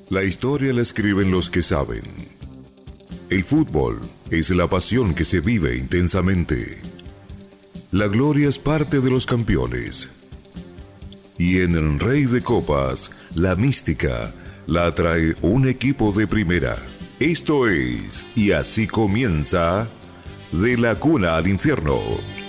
La historia la escriben los que saben. El fútbol es la pasión que se vive intensamente. La gloria es parte de los campeones. Y en el Rey de Copas, la mística la trae un equipo de primera. Esto es, y así comienza, De la Cuna al Infierno.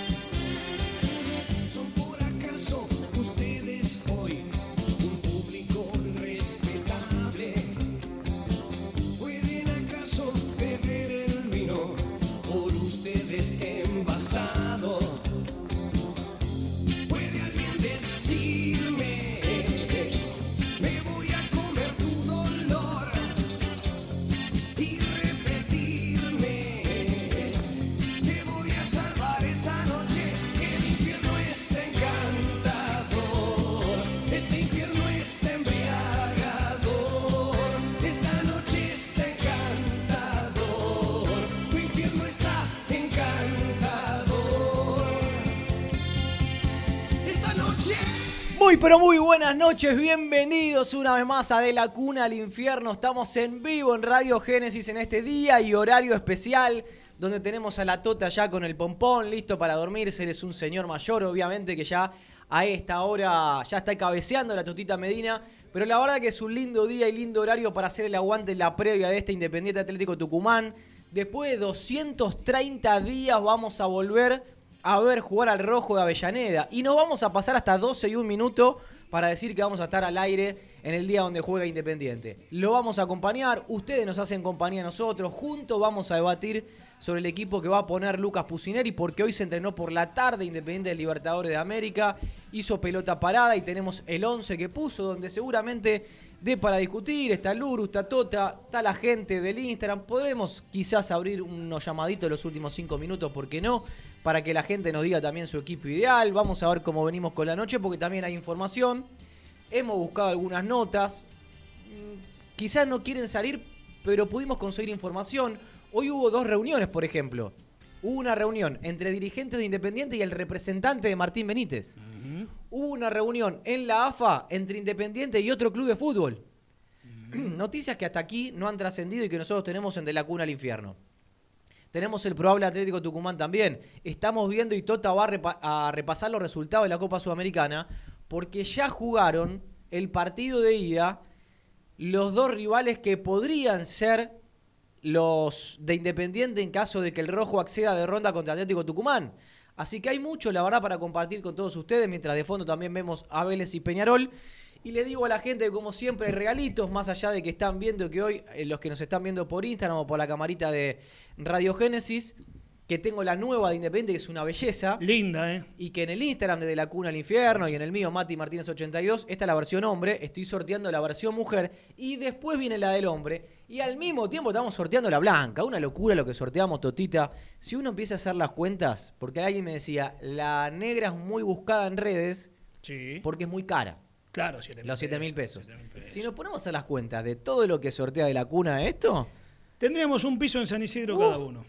Pero muy buenas noches, bienvenidos una vez más a De la Cuna al Infierno. Estamos en vivo en Radio Génesis en este día y horario especial, donde tenemos a la Tota ya con el pompón, listo para dormirse. Él es un señor mayor, obviamente, que ya a esta hora ya está cabeceando la Totita Medina. Pero la verdad que es un lindo día y lindo horario para hacer el aguante en la previa de este Independiente Atlético Tucumán. Después de 230 días vamos a volver a ver jugar al Rojo de Avellaneda. Y nos vamos a pasar hasta 12 y un minuto para decir que vamos a estar al aire en el día donde juega Independiente. Lo vamos a acompañar, ustedes nos hacen compañía a nosotros, juntos vamos a debatir sobre el equipo que va a poner Lucas Pusineri, porque hoy se entrenó por la tarde Independiente del Libertadores de América, hizo pelota parada y tenemos el 11 que puso, donde seguramente dé para discutir. Está Luru, está Tota, está la gente del Instagram. Podremos quizás abrir unos llamaditos en los últimos 5 minutos, ¿por qué no?, para que la gente nos diga también su equipo ideal. Vamos a ver cómo venimos con la noche, porque también hay información. Hemos buscado algunas notas. Quizás no quieren salir, pero pudimos conseguir información. Hoy hubo 2 reuniones, por ejemplo. Hubo una reunión entre dirigentes de Independiente y el representante de Martín Benítez. Hubo una reunión en la AFA entre Independiente y otro club de fútbol. Noticias que hasta aquí no han trascendido y que nosotros tenemos en De la Cuna al Infierno. Tenemos el probable Atlético Tucumán también. Estamos viendo, y Tota va a repasar los resultados de la Copa Sudamericana, porque ya jugaron el partido de ida los 2 rivales que podrían ser los de Independiente en caso de que el Rojo acceda de ronda contra Atlético Tucumán. Así que hay mucho, la verdad, para compartir con todos ustedes, mientras de fondo también vemos a Vélez y Peñarol. Y le digo a la gente que, como siempre, hay regalitos, más allá de que están viendo que hoy, los que nos están viendo por Instagram o por la camarita de Radio Génesis, que tengo la nueva de Independiente, que es una belleza. Linda, ¿eh? Y que en el Instagram de La Cuna al Infierno y en el mío, Mati Martínez 82, esta es la versión hombre, estoy sorteando la versión mujer y después viene la del hombre. Y al mismo tiempo estamos sorteando la blanca. Una locura lo que sorteamos, Totita. Si uno empieza a hacer las cuentas, porque alguien me decía, la negra es muy buscada en redes, sí, porque es muy cara. Claro, los 7.000 pesos. Si nos ponemos a hacer las cuentas de todo lo que sortea de La Cuna esto, tendríamos un piso en San Isidro cada uno.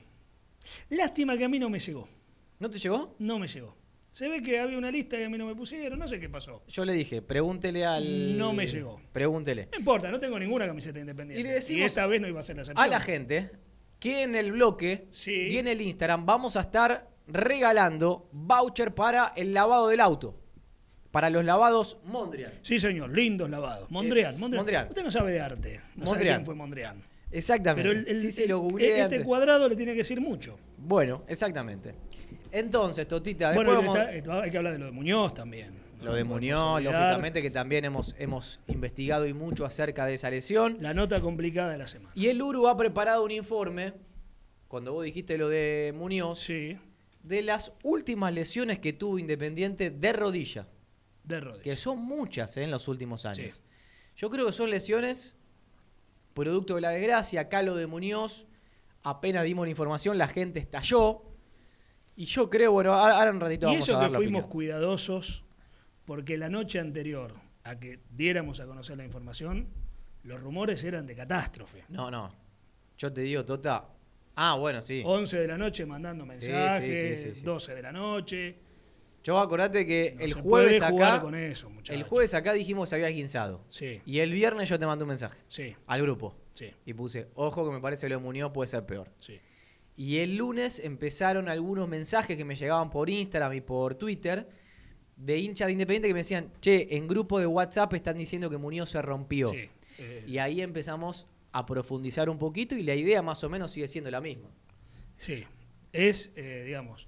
Lástima que a mí no me llegó. ¿No te llegó? No me llegó. Se ve que había una lista que a mí no me pusieron, no sé qué pasó. Yo le dije, pregúntele al... No me llegó. Pregúntele. No importa, no tengo ninguna camiseta Independiente. Y le decimos esta vez no iba a ser la excepción. a la gente que en el bloque sí, y en el Instagram vamos a estar regalando voucher para el lavado del auto. Para los lavados Mondrian. Sí, señor, lindos lavados. Mondrian. Usted no sabe de arte. No sabe quién fue Mondrian. Exactamente. Pero lo googleé este cuadrado le tiene que decir mucho. Bueno, exactamente. Entonces, Totita, después hay que hablar de lo de Muñoz también. Lo de Muñoz, lógicamente, que también hemos investigado y mucho acerca de esa lesión. La nota complicada de la semana. Y el Uru ha preparado un informe, cuando vos dijiste lo de Muñoz, sí, de las últimas lesiones que tuvo Independiente de rodilla. De rodilla. Que son muchas en los últimos años. Sí. Yo creo que son lesiones producto de la desgracia. Acá lo de Muñoz, apenas dimos la información, la gente estalló. Y yo creo, bueno, ahora un ratito vamos a dar la opinión. Y eso que fuimos cuidadosos, porque la noche anterior a que diéramos a conocer la información, los rumores eran de catástrofe. No. Yo te digo, Tota... bueno, sí. 11 de la noche mandando mensajes, sí. 12 de la noche... Yo acordate que No el se jueves puede jugar acá. con eso, muchacho. El jueves acá dijimos que había guinzado. Sí, Y el viernes yo te mandé un mensaje sí, al grupo. sí, Y puse, ojo que me parece que lo de Muñoz puede ser peor. sí. Y el lunes empezaron algunos mensajes que me llegaban por Instagram y por Twitter de hinchas de Independiente que me decían, che, en grupo de WhatsApp están diciendo que Muñoz se rompió. Sí, Y ahí empezamos a profundizar un poquito y la idea más o menos sigue siendo la misma. sí. Es, digamos,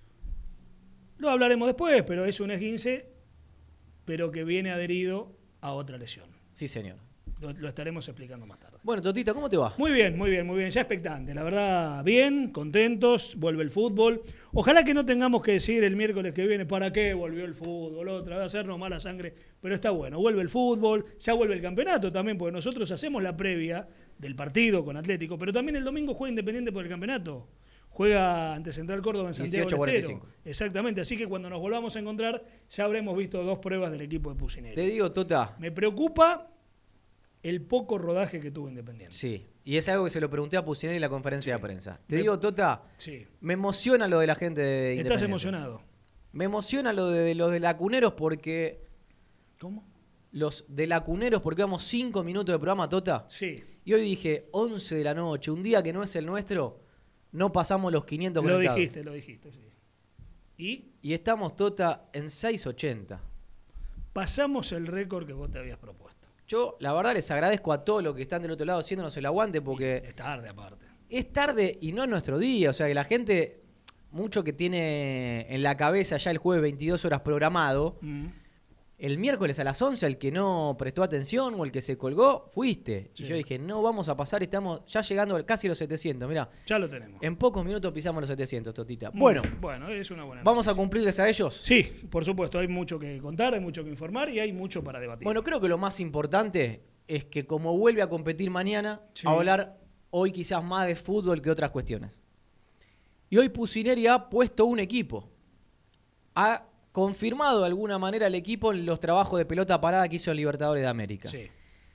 lo hablaremos después, pero es un esguince, pero que viene adherido a otra lesión. Sí, señor. Lo estaremos explicando más tarde. Bueno, Totita, ¿cómo te va? Muy bien, muy bien, muy bien. Ya expectante. La verdad, bien, contentos. Vuelve el fútbol. Ojalá que no tengamos que decir el miércoles que viene ¿para qué volvió el fútbol? Otra vez hacernos mala sangre. Pero está bueno. Vuelve el fútbol. Ya vuelve el campeonato también, porque nosotros hacemos la previa del partido con Atlético. Pero también el domingo juega Independiente por el campeonato. Juega ante Central Córdoba en Santiago del Estero. 18:45. Exactamente. Así que cuando nos volvamos a encontrar, ya habremos visto 2 pruebas del equipo de Pusineri. Te digo, Tota. Me preocupa el poco rodaje que tuvo Independiente. Sí. Y es algo que se lo pregunté a Pusineri en la conferencia de prensa. Te Me- digo, Tota, Sí. me emociona lo de la gente de Independiente. ¿Estás emocionado? Me emociona lo de los de Lacuneros porque... ¿Cómo? Los de Lacuneros porque vamos 5 minutos de programa, Tota. Sí. Y hoy dije, 11 de la noche, un día que no es el nuestro, no pasamos los 500 Lo conectados. dijiste, sí. Y Y estamos, Tota, en 680. pasamos el récord que vos te habías propuesto. Yo, la verdad, les agradezco a todos los que están del otro lado haciéndonos el aguante porque Es tarde aparte. es tarde y no es nuestro día. O sea, que la gente, mucho que tiene en la cabeza ya el jueves 22 horas programado, el miércoles a las 11, el que no prestó atención o el que se colgó, fuiste. Sí. Y yo dije, no vamos a pasar, estamos ya llegando casi a los 700. Mirá, Ya lo tenemos. en pocos minutos pisamos los 700, Totita. Muy Bueno, bien. Bueno, es una buena ¿vamos a noticia. cumplirles a ellos? Sí, por supuesto, hay mucho que contar, hay mucho que informar y hay mucho para debatir. Bueno, creo que lo más importante es que como vuelve a competir mañana, Sí. a hablar hoy quizás más de fútbol que otras cuestiones. Y hoy Pusineri ha puesto un equipo. Ha confirmado de alguna manera el equipo en los trabajos de pelota parada que hizo el Libertadores de América. Sí.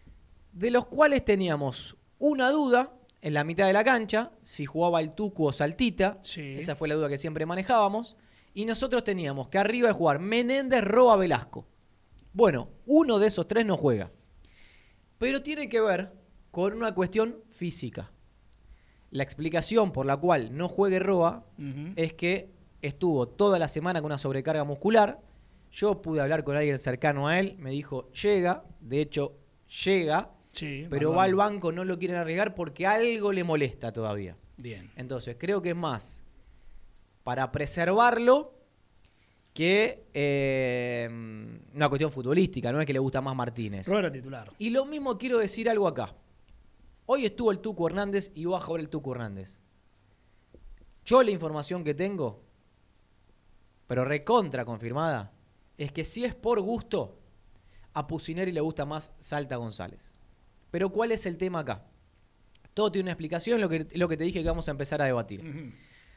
De los cuales teníamos una duda en la mitad de la cancha, si jugaba el Tucu o Saltita. Sí. Esa fue la duda que siempre manejábamos. Y nosotros teníamos que arriba de jugar Menéndez, Roa, Velasco. Bueno, uno de esos tres no juega. Pero tiene que ver con una cuestión física. La explicación por la cual no juegue Roa Ujú. es que estuvo toda la semana con una sobrecarga muscular. Yo pude hablar con alguien cercano a él, me dijo, llega, de hecho, llega, Sí, pero va va al al banco, no lo quieren arriesgar porque algo le molesta todavía. Bien. Entonces, creo que es más para preservarlo que una cuestión futbolística, no es que le gusta más Martínez. Roa era titular. Y lo mismo quiero decir algo acá. Hoy estuvo el Tucu Hernández y va a jugar el Tucu Hernández. Yo la información que tengo, pero recontra confirmada, es que si es por gusto, a Pusineri le gusta más Salta González. Pero ¿cuál es el tema acá? Todo tiene una explicación, lo que te dije que vamos a empezar a debatir. Ujú.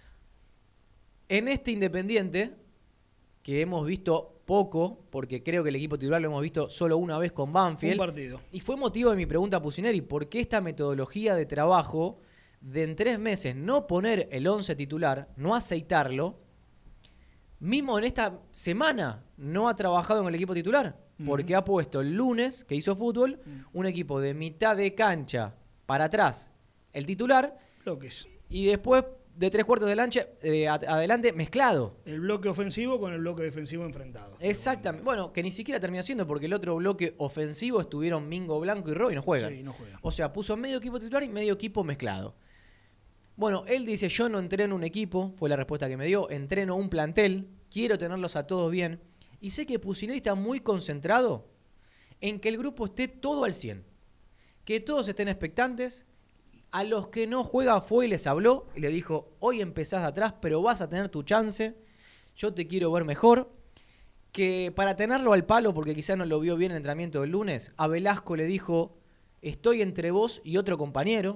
En este Independiente, que hemos visto poco, porque creo que el equipo titular lo hemos visto solo una vez con Banfield. Un partido. Y fue motivo de mi pregunta a Pusineri, ¿por qué esta metodología de trabajo de en 3 meses no poner el 11 titular, no aceitarlo, mismo en esta semana no ha trabajado en el equipo titular? Porque ha puesto el lunes, que hizo fútbol, un equipo de mitad de cancha para atrás, el titular, Bloques. y después de 3/4 de lancha, adelante mezclado. El bloque ofensivo con el bloque defensivo enfrentado. Exactamente. Bueno, que ni siquiera terminó siendo porque el otro bloque ofensivo estuvieron Mingo Blanco y Roy, no juegan. Sí, no juega. O sea, puso medio equipo titular y medio equipo mezclado. Bueno, él dice, yo no entreno un equipo, fue la respuesta que me dio, entreno un plantel, quiero tenerlos a todos bien. Y sé que Pusineri está muy concentrado en que el grupo esté todo al 100. Que todos estén expectantes. A los que no juegan fue y les habló y le dijo, hoy empezás de atrás, pero vas a tener tu chance. Yo te quiero ver mejor. Que para tenerlo al palo, porque quizás no lo vio bien en el entrenamiento del lunes, a Velasco le dijo, estoy entre vos y otro compañero,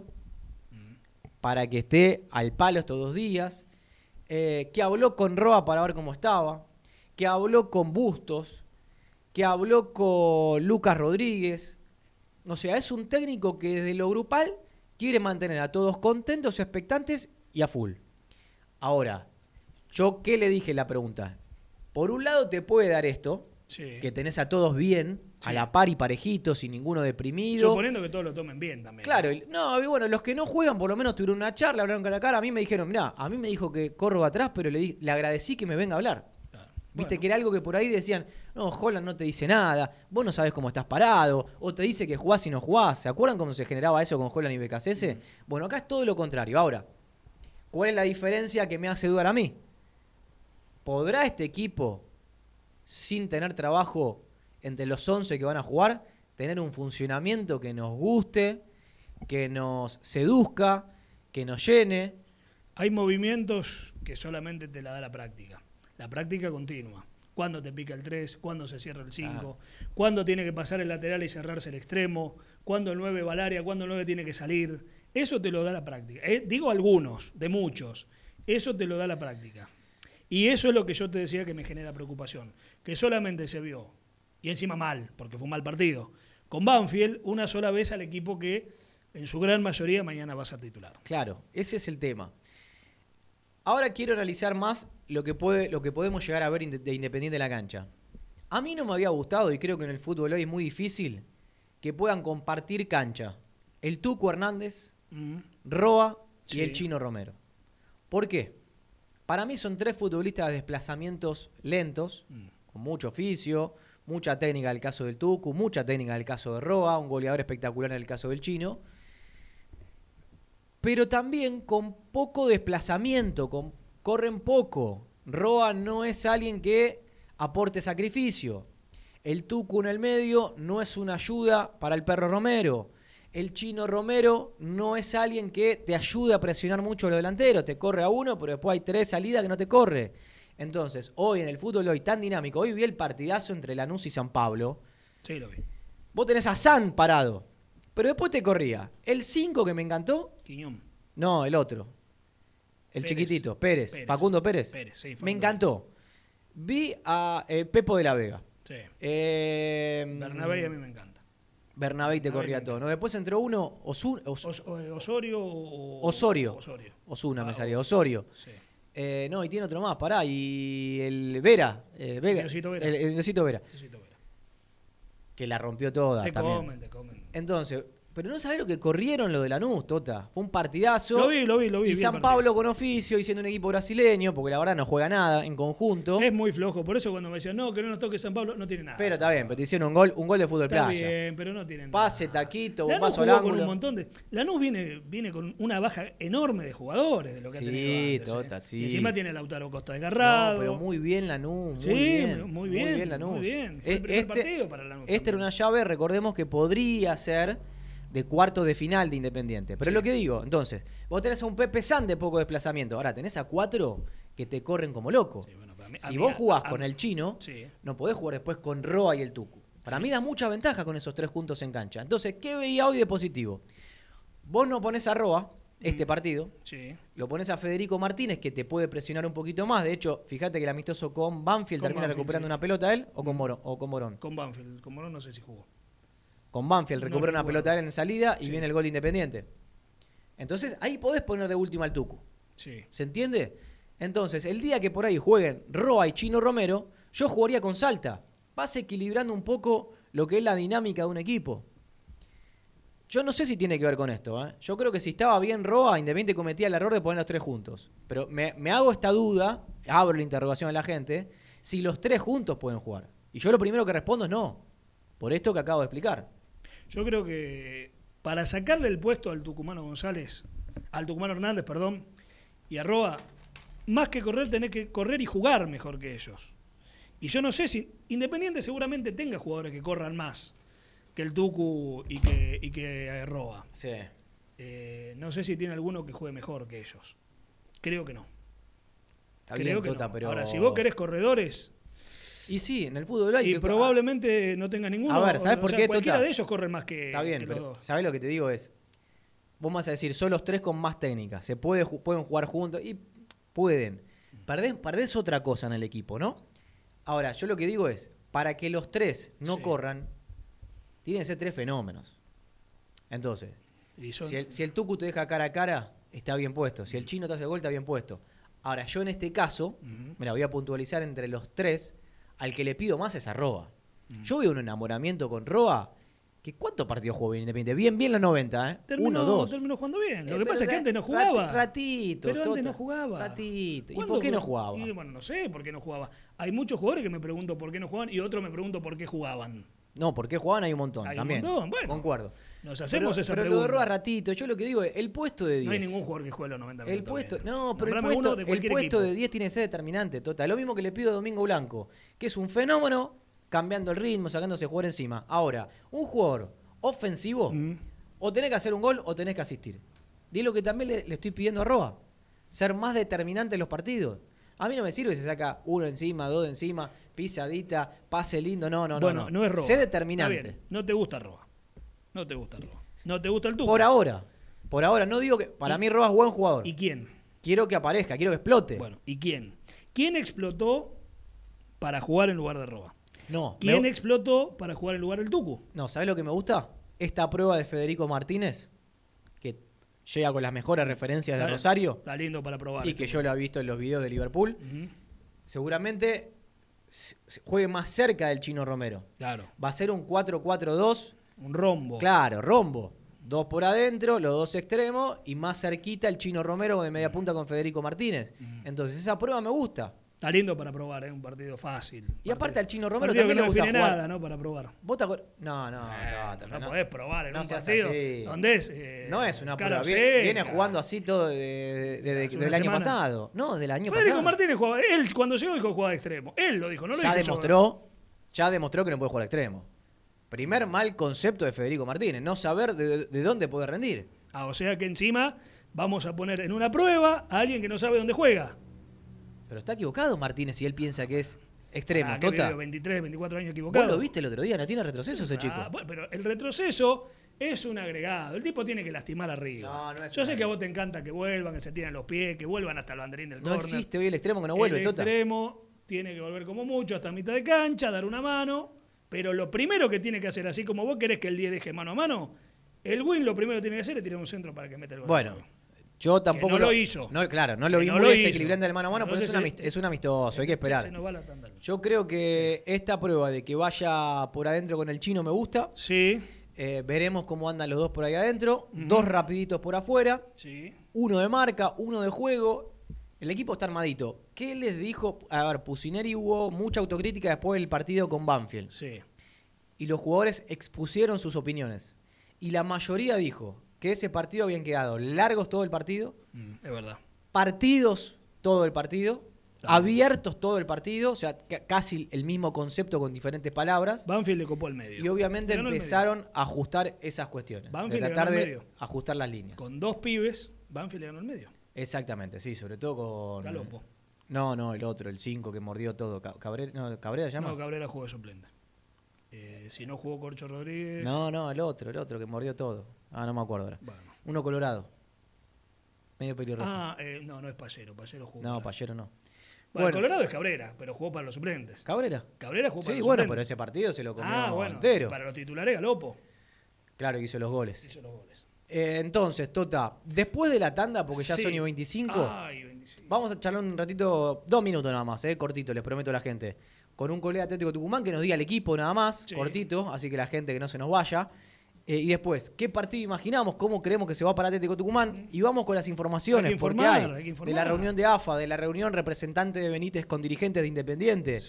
para que esté al palo estos 2 días. Que habló con Roa para ver cómo estaba. Que habló con Bustos. Que habló con Lucas Rodríguez. O sea, es un técnico que desde lo grupal quiere mantener a todos contentos, expectantes y a full. Ahora, ¿yo qué le dije en la pregunta? Por un lado te puede dar esto, Sí. que tenés a todos bien, Sí. a la par y parejitos, sin ninguno deprimido. Suponiendo que todos lo tomen bien también. Claro, no, y bueno, los que no juegan por lo menos tuvieron una charla, hablaron con la cara. A mí me dijeron, mirá, a mí me dijo que corro atrás, pero le agradecí que me venga a hablar. Claro. Viste Bueno. que era algo que por ahí decían, no, Holland no te dice nada, vos no sabés cómo estás parado, o te dice que jugás y no jugás. ¿Se acuerdan cómo se generaba eso con Holland y BKC? Bueno, acá es todo lo contrario. Ahora, ¿cuál es la diferencia que me hace dudar a mí? ¿Podrá este equipo, sin tener trabajo entre los 11 que van a jugar, tener un funcionamiento que nos guste, que nos seduzca, que nos llene? Hay movimientos que solamente te la da la práctica. La práctica continua. Cuándo te pica el 3, cuándo se cierra el 5, Claro. cuándo tiene que pasar el lateral y cerrarse el extremo, cuándo el 9 va al área, cuándo el 9 tiene que salir. Eso te lo da la práctica. Digo algunos, de muchos. Eso te lo da la práctica. Y eso es lo que yo te decía que me genera preocupación. Que solamente se vio, y encima mal, porque fue un mal partido, con Banfield una sola vez al equipo que en su gran mayoría mañana va a ser titular. Claro, ese es el tema. Ahora quiero analizar más lo que podemos llegar a ver de Independiente en la cancha. A mí no me había gustado, y creo que en el fútbol hoy es muy difícil, que puedan compartir cancha el Tucu Hernández, Roa Sí. y el Chino Romero. ¿Por qué? Para mí son tres futbolistas de desplazamientos lentos, con mucho oficio, mucha técnica en el caso del Tucu, mucha técnica en el caso de Roa, un goleador espectacular en el caso del Chino, pero también con poco desplazamiento, corren poco. Roa no es alguien que aporte sacrificio. El Tucu en el medio no es una ayuda para el Perro Romero. El Chino Romero no es alguien que te ayude a presionar mucho a los delanteros. Te corre a uno, pero después hay 3 salidas que no te corre. Entonces, hoy en el fútbol hoy tan dinámico, hoy vi el partidazo entre Lanús y San Pablo. Sí, lo vi. Vos tenés a San parado, pero después te corría. El 5 que me encantó, Quiñón. no, el otro. El Pérez. chiquitito, Pérez. Pérez. Facundo Pérez. Pérez, sí, Me Facundo encantó. Vi a Pepo de la Vega. Sí. Bernabé Bernabé a mí me encanta. Bernabé te Bernabé corría me todo. ¿No? Después entró uno, Osorio o... Osorio. Osuna me salió, Osorio. Sí. No, y tiene otro más, pará. Y el Vera. Vega, Diosito Vera. El Diosito Vera. Necesito ver. Que la rompió toda Te también. comen. Entonces, pero no sabés lo que corrieron lo de Lanús, Tota. Fue un partidazo. Lo vi. Y bien San partido. Pablo con oficio y siendo un equipo brasileño, porque la verdad no juega nada en conjunto. Es muy flojo. Por eso cuando me decían, no, que no nos toque San Pablo, no tiene nada. Pero está bien, pero te hicieron un gol de fútbol Está playa. bien, pero no tienen Pase, nada. taquito, un Lanús paso al jugó con ángulo. un montón de... Lanús viene con una baja enorme de jugadores de lo que Sí, ha tenido antes. Tota, sí. Y encima tiene a Lautaro Costa Desgarrado. No, pero muy bien Lanús, Sí, muy bien. muy bien, Lanús. muy bien. Fue el primer partido para Lanús Esta era también. una llave, recordemos que podría ser de cuartos de final de Independiente. Pero es lo que digo, entonces, vos tenés a un Pepe San de poco desplazamiento. Ahora tenés a 4 que te corren como loco. Sí, bueno, para mí- Si a vos mí- jugás a- con el Chino, Sí. no podés jugar después con Roa y el Tucu. Para mí da mucha ventaja con esos 3 juntos en cancha. Entonces, ¿qué veía hoy de positivo? Vos no ponés a Roa este partido, Sí. lo pones a Federico Martínez, que te puede presionar un poquito más. De hecho, fíjate que el amistoso con Banfield Con termina Banfield, recuperando sí. una pelota él o con Morón. Con Banfield. Con Morón no sé si jugó. Con Banfield No recupera una recuerdo. pelota él en salida y Sí. viene el gol de Independiente. Entonces, ahí podés poner de última al Tucu. Sí. ¿Se entiende? Entonces, el día que por ahí jueguen Roa y Chino Romero, yo jugaría con Salta. Vas equilibrando un poco lo que es la dinámica de un equipo. Yo no sé si tiene que ver con esto. Yo creo que si estaba bien Roa, Independiente cometía el error de poner los 3 juntos. Pero me hago esta duda, abro la interrogación a la gente, si los 3 juntos pueden jugar. Y yo lo primero que respondo es no. Por esto que acabo de explicar. Yo creo que para sacarle el puesto al Tucumano González, al Tucumano Hernández, perdón, y a Roa, más que correr, tenés que correr y jugar mejor que ellos. Y yo no sé si Independiente seguramente tenga jugadores que corran más que el Tucu y que Roa. Sí. No sé si tiene alguno que juegue mejor que ellos. Creo que no. Está Creo bien, que Tota, no. pero... Ahora, si vos querés corredores, Y sí, en el fútbol hay y que... probablemente no tenga ninguno. A ver, ¿sabés por qué, Cualquiera Tota? de ellos corre más que, Está bien, que los pero dos. ¿sabés lo que te digo? Es, vos me vas a decir, son los 3 con más técnica, pueden jugar juntos, y pueden. Perdés otra cosa en el equipo, ¿no? Ahora, yo lo que digo es, para que los 3 no Sí. corran, tienen que ser 3 fenómenos. Entonces, Y son- si el Tucu te deja cara a cara, está bien puesto. Si el Chino te hace gol, está bien puesto. Ahora, yo en este caso, me la voy a puntualizar entre los tres, al que le pido más es a Roa. Yo veo un enamoramiento con Roa, que ¿cuántos partidos jugó bien Independiente? Bien los 90, ¿eh? Terminó jugando bien. Lo que pasa es que antes no jugaba. Ratito. Pero antes no jugaba. Ratito. ¿Y por qué no jugaba? Bueno, no sé por qué no jugaba. Hay muchos jugadores que me pregunto por qué no jugaban y otros me pregunto por qué jugaban. No, por qué jugaban hay un montón también. Un montón, bueno. Concuerdo. Nos hacemos esa pregunta. Pero lo de Roa ratito. Yo lo que digo es, el puesto de 10. No hay ningún jugador que juegue los 90 minutos. El puesto de de 10 tiene que ser determinante, Tota. Lo mismo que le pido a Domingo Blanco, que es un fenómeno, cambiando el ritmo, sacándose jugador encima. Ahora, un jugador ofensivo, o tenés que hacer un gol o tenés que asistir. Y es lo que también le estoy pidiendo a Roa. Ser más determinante en los partidos. A mí no me sirve si se saca uno encima, dos de encima, pisadita, pase lindo. No. No es Roa. Sé determinante. Está bien. No te gusta Roa. No te gusta el Tuco. Por ahora, no digo que... Para mí Roa es buen jugador. ¿Y quién? Quiero que aparezca, quiero que explote. Bueno, ¿y quién? ¿Quién explotó para jugar en lugar de Roa? No. ¿Quién explotó para jugar en lugar del Tucu? No, ¿sabés lo que me gusta? Esta prueba de Federico Martínez, que llega con las mejores referencias de Rosario. Está lindo para probar. Y que yo lo he visto en los videos de Liverpool. Seguramente juegue más cerca del Chino Romero. Claro. Va a ser un 4-4-2. Un rombo. Claro, rombo. 2 por adentro, los 2 extremos, y más cerquita el Chino Romero de media punta con Federico Martínez. Entonces, esa prueba me gusta. Está lindo para probar, un partido fácil. Y aparte al Chino Romero también le gusta jugar. Nada, ¿no? Para probar. No podés probar en un partido. Así. ¿Dónde es? No es una prueba. Seca. Viene jugando así todo del año pasado. No, del año Federico pasado. Martínez jugaba. Él cuando llegó dijo que jugaba de extremo. Él lo dijo, no lo dijo. Ya demostró que no puede jugar de extremo. Primer mal concepto de Federico Martínez. No saber de dónde puede rendir. O sea que encima vamos a poner en una prueba a alguien que no sabe dónde juega. Pero está equivocado Martínez si él piensa que es extremo, Tota. 23, 24 años equivocado. ¿Vos lo viste el otro día? ¿No tiene retroceso ese chico? Bueno, pero el retroceso es un agregado. El tipo tiene que lastimar arriba. Yo sé que a vos te encanta que vuelvan, que se tiren los pies, que vuelvan hasta el banderín del córner. No existe hoy el extremo que no vuelve, Tota. El extremo tiene que volver como mucho hasta mitad de cancha, dar una mano. Pero lo primero que tiene que hacer, así como vos querés que el 10 deje mano a mano, el Win lo primero que tiene que hacer es tirar un centro para que meta el gol. Bueno, yo tampoco no lo hizo. No lo vi muy desequilibrante del mano a mano, pero es un amistoso, hay que esperar. Yo creo que esta prueba de que vaya por adentro con el Chino me gusta. Sí. Veremos cómo andan los dos por ahí adentro. 2 rapiditos por afuera. Sí. 1 de marca, 1 de juego. El equipo está armadito. ¿Qué les dijo? A ver, Pusineri hubo mucha autocrítica después del partido con Banfield. Sí. Y los jugadores expusieron sus opiniones. Y la mayoría dijo que ese partido habían quedado largos todo el partido. Es verdad. Partidos todo el partido. Abiertos todo el partido. O sea, casi el mismo concepto con diferentes palabras. Banfield le copó el medio. Y obviamente empezaron a ajustar esas cuestiones. Banfield de tratar de ajustar las líneas. Con 2 pibes, Banfield le ganó el medio. Exactamente, sí, sobre todo con... Galopo. No, el otro, el 5 que mordió todo. ¿Cabrera llama? No, Cabrera jugó de suplente. Si no jugó Corcho Rodríguez... No, el otro que mordió todo. No me acuerdo ahora. Bueno. Uno colorado. Medio pelirrojo. No es Pallero. Pallero jugó. No, Pallero no. Bueno, Colorado es Cabrera, pero jugó para los suplentes. ¿Cabrera? Cabrera jugó para los suplentes. Sí, bueno, pero ese partido se lo comió entero. Para los titulares, Galopo. Claro, hizo los goles. Entonces, Tota, después de la tanda, porque ya son y 25, vamos a charlar un ratito, 2 minutos nada más, cortito, les prometo a la gente, con un colega Atlético Tucumán que nos diga el equipo nada más, cortito, así que la gente que no se nos vaya. Y después, ¿qué partido imaginamos? ¿Cómo creemos que se va para Atlético Tucumán? Y vamos con las informaciones, porque hay de la reunión de AFA, de la reunión representante de Benítez con dirigentes de Independiente,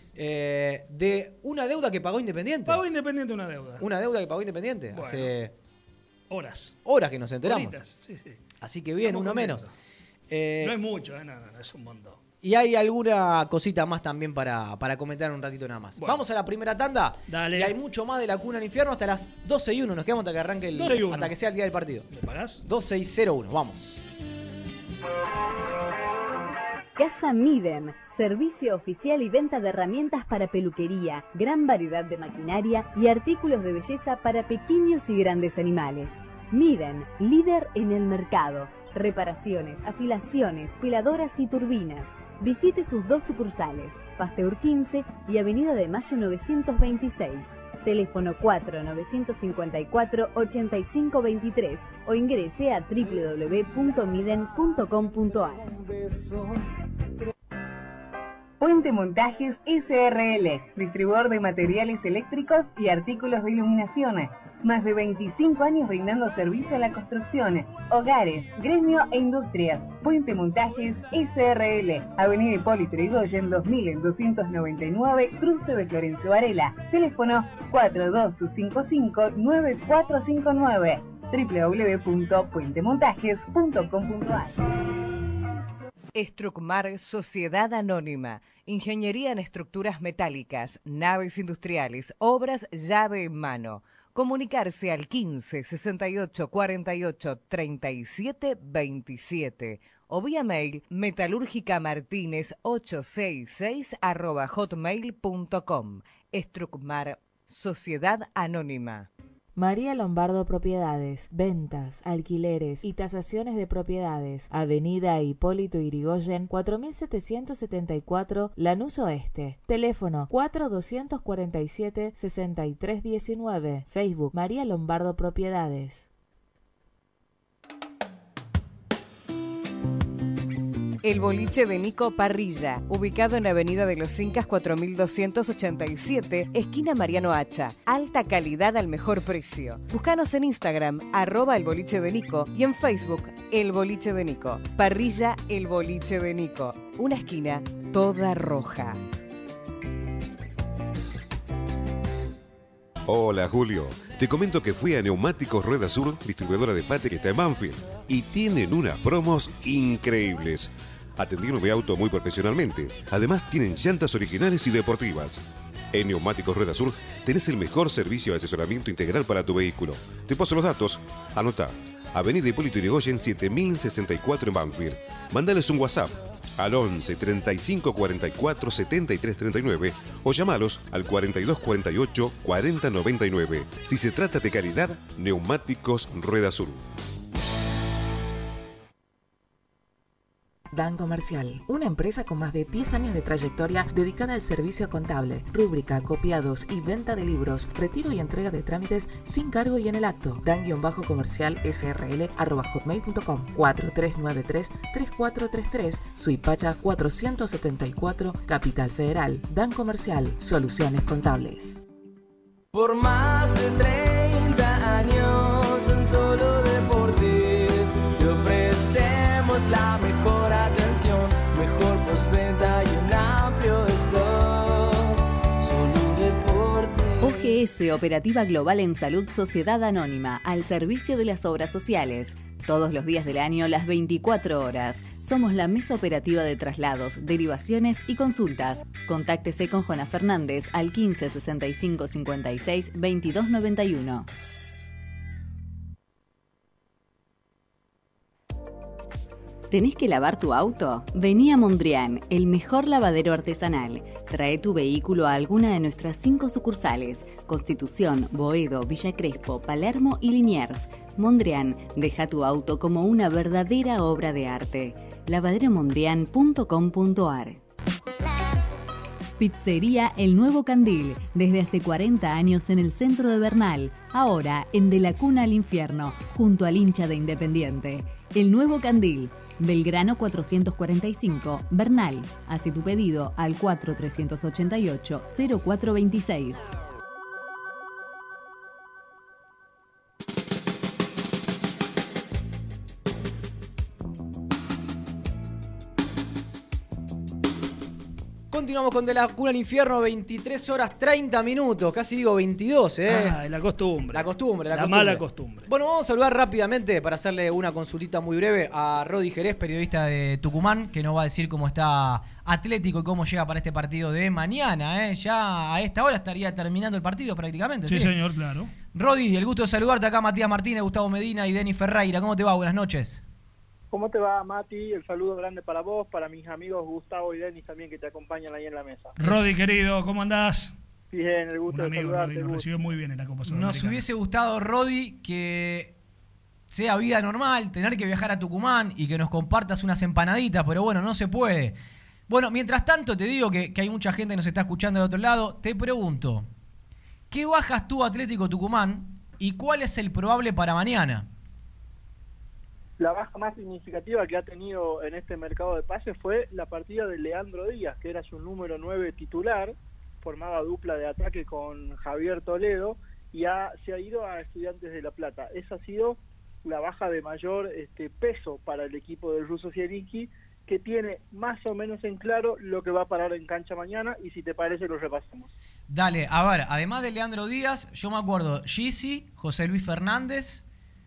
de una deuda que pagó Independiente. Pagó Independiente una deuda. Una deuda que pagó Independiente. Bueno. Hace... Horas que nos enteramos. Sí. Así que bien, uno menos. No es mucho, no, es un montón. Y hay alguna cosita más también para comentar un ratito nada más. Bueno. Vamos a la primera tanda. Dale. Y hay mucho más de la cuna al infierno hasta las 12:01. Nos quedamos hasta que arranque hasta que sea el día del partido. ¿Le pagás? 12:01, vamos. Casa Miden, servicio oficial y venta de herramientas para peluquería, gran variedad de maquinaria y artículos de belleza para pequeños y grandes animales. Miden, líder en el mercado. Reparaciones, afilaciones, peladoras y turbinas. Visite sus 2 sucursales, Pasteur 15 y Avenida de Mayo 926. teléfono 4954-8523 o ingrese a www.miden.com.ar. Puente Montajes SRL, distribuidor de materiales eléctricos y artículos de iluminación. Más de 25 años brindando servicio a la construcción, hogares, gremio e industrias. Puente Montajes SRL, Avenida Hipólito Yrigoyen 2299, cruce de Florencio Varela. Teléfono 4255-9459, www.puentemontajes.com.ar. Estrucmar Sociedad Anónima, Ingeniería en Estructuras Metálicas, Naves Industriales, Obras llave en mano. Comunicarse al 15 68 48 37 27 o vía mail metalúrgicamartínez866@hotmail.com. Estrucmar Sociedad Anónima. María Lombardo Propiedades, ventas, alquileres y tasaciones de propiedades. Avenida Hipólito Yrigoyen, 4774, Lanús Oeste. Teléfono 4247-6319. Facebook María Lombardo Propiedades. El Boliche de Nico Parrilla, ubicado en Avenida de los Incas 4287, esquina Mariano Hacha. Alta calidad al mejor precio. Búscanos en Instagram, @El Boliche de Nico, y en Facebook, El Boliche de Nico. Parrilla El Boliche de Nico. Una esquina toda roja. Hola Julio, te comento que fui a Neumáticos Rueda Sur, distribuidora de Pate que está en Banfield, y tienen unas promos increíbles. Atendieron mi auto muy profesionalmente. Además tienen llantas originales y deportivas. En Neumáticos Rueda Sur tenés el mejor servicio de asesoramiento integral para tu vehículo. Te paso los datos. Anotá. Avenida Hipólito Yrigoyen 7064 en Banfield. Mandales un WhatsApp al 11 35 44 73 39 o llamalos al 42 48 40 99. Si se trata de calidad, Neumáticos Rueda Sur. Dan Comercial, una empresa con más de 10 años de trayectoria dedicada al servicio contable, rúbrica, copiados y venta de libros, retiro y entrega de trámites sin cargo y en el acto. Dan-comercial srl@hotmail.com 4393-3433, Suipacha 474, Capital Federal. Dan Comercial, soluciones contables. Por más de 30 años en Solo Deportes te ofrecemos la mejor atención, mejor postventa y un amplio stock. Solo Deportes. OGS, Operativa Global en Salud Sociedad Anónima, al servicio de las obras sociales. Todos los días del año, las 24 horas. Somos la mesa operativa de traslados, derivaciones y consultas. Contáctese con Joana Fernández al 15 65 56 22 91. ¿Tenés que lavar tu auto? Vení a Mondrian, el mejor lavadero artesanal. Trae tu vehículo a alguna de nuestras 5 sucursales: Constitución, Boedo, Villa Crespo, Palermo y Liniers. Mondrian, deja tu auto como una verdadera obra de arte. lavaderomondrian.com.ar. Pizzería El Nuevo Candil, desde hace 40 años en el centro de Bernal, ahora en De la Cuna al Infierno, junto al hincha de Independiente. El Nuevo Candil, Belgrano 445, Bernal. Hace tu pedido al 4388-0426. Continuamos con De la Cuna al Infierno, 23 horas 30 minutos, casi digo 22, La costumbre. La costumbre. Mala costumbre. Bueno, vamos a saludar rápidamente para hacerle una consultita muy breve a Rodi Jerez, periodista de Tucumán, que nos va a decir cómo está Atlético y cómo llega para este partido de mañana, Ya a esta hora estaría terminando el partido prácticamente. Sí, señor, claro. Rodi, el gusto de saludarte acá, Matías Martínez, Gustavo Medina y Denis Ferreira. ¿Cómo te va? Buenas noches. ¿Cómo te va, Mati? El saludo grande para vos, para mis amigos Gustavo y Denis también, que te acompañan ahí en la mesa. Rodi, querido, ¿cómo andás? Bien, el gusto Un amigo, de saludarte. Rodi, nos recibió muy bien en la Copa Sudamericana. Nos hubiese gustado, Rodi, que sea vida normal, tener que viajar a Tucumán y que nos compartas unas empanaditas, pero bueno, no se puede. Bueno, mientras tanto te digo que hay mucha gente que nos está escuchando de otro lado. Te pregunto, ¿Qué bajas tuvo Atlético Tucumán y cuál es el probable para mañana? La baja más significativa que ha tenido en este mercado de pases fue la partida de Leandro Díaz, que era su número 9 titular, formaba dupla de ataque con Javier Toledo, y se ha ido a Estudiantes de La Plata. Esa ha sido la baja de mayor peso para el equipo del ruso Zielinski, que tiene más o menos en claro lo que va a parar en cancha mañana, y si te parece lo repasamos. Dale, a ver, además de Leandro Díaz, yo me acuerdo, Gisi, José Luis Fernández,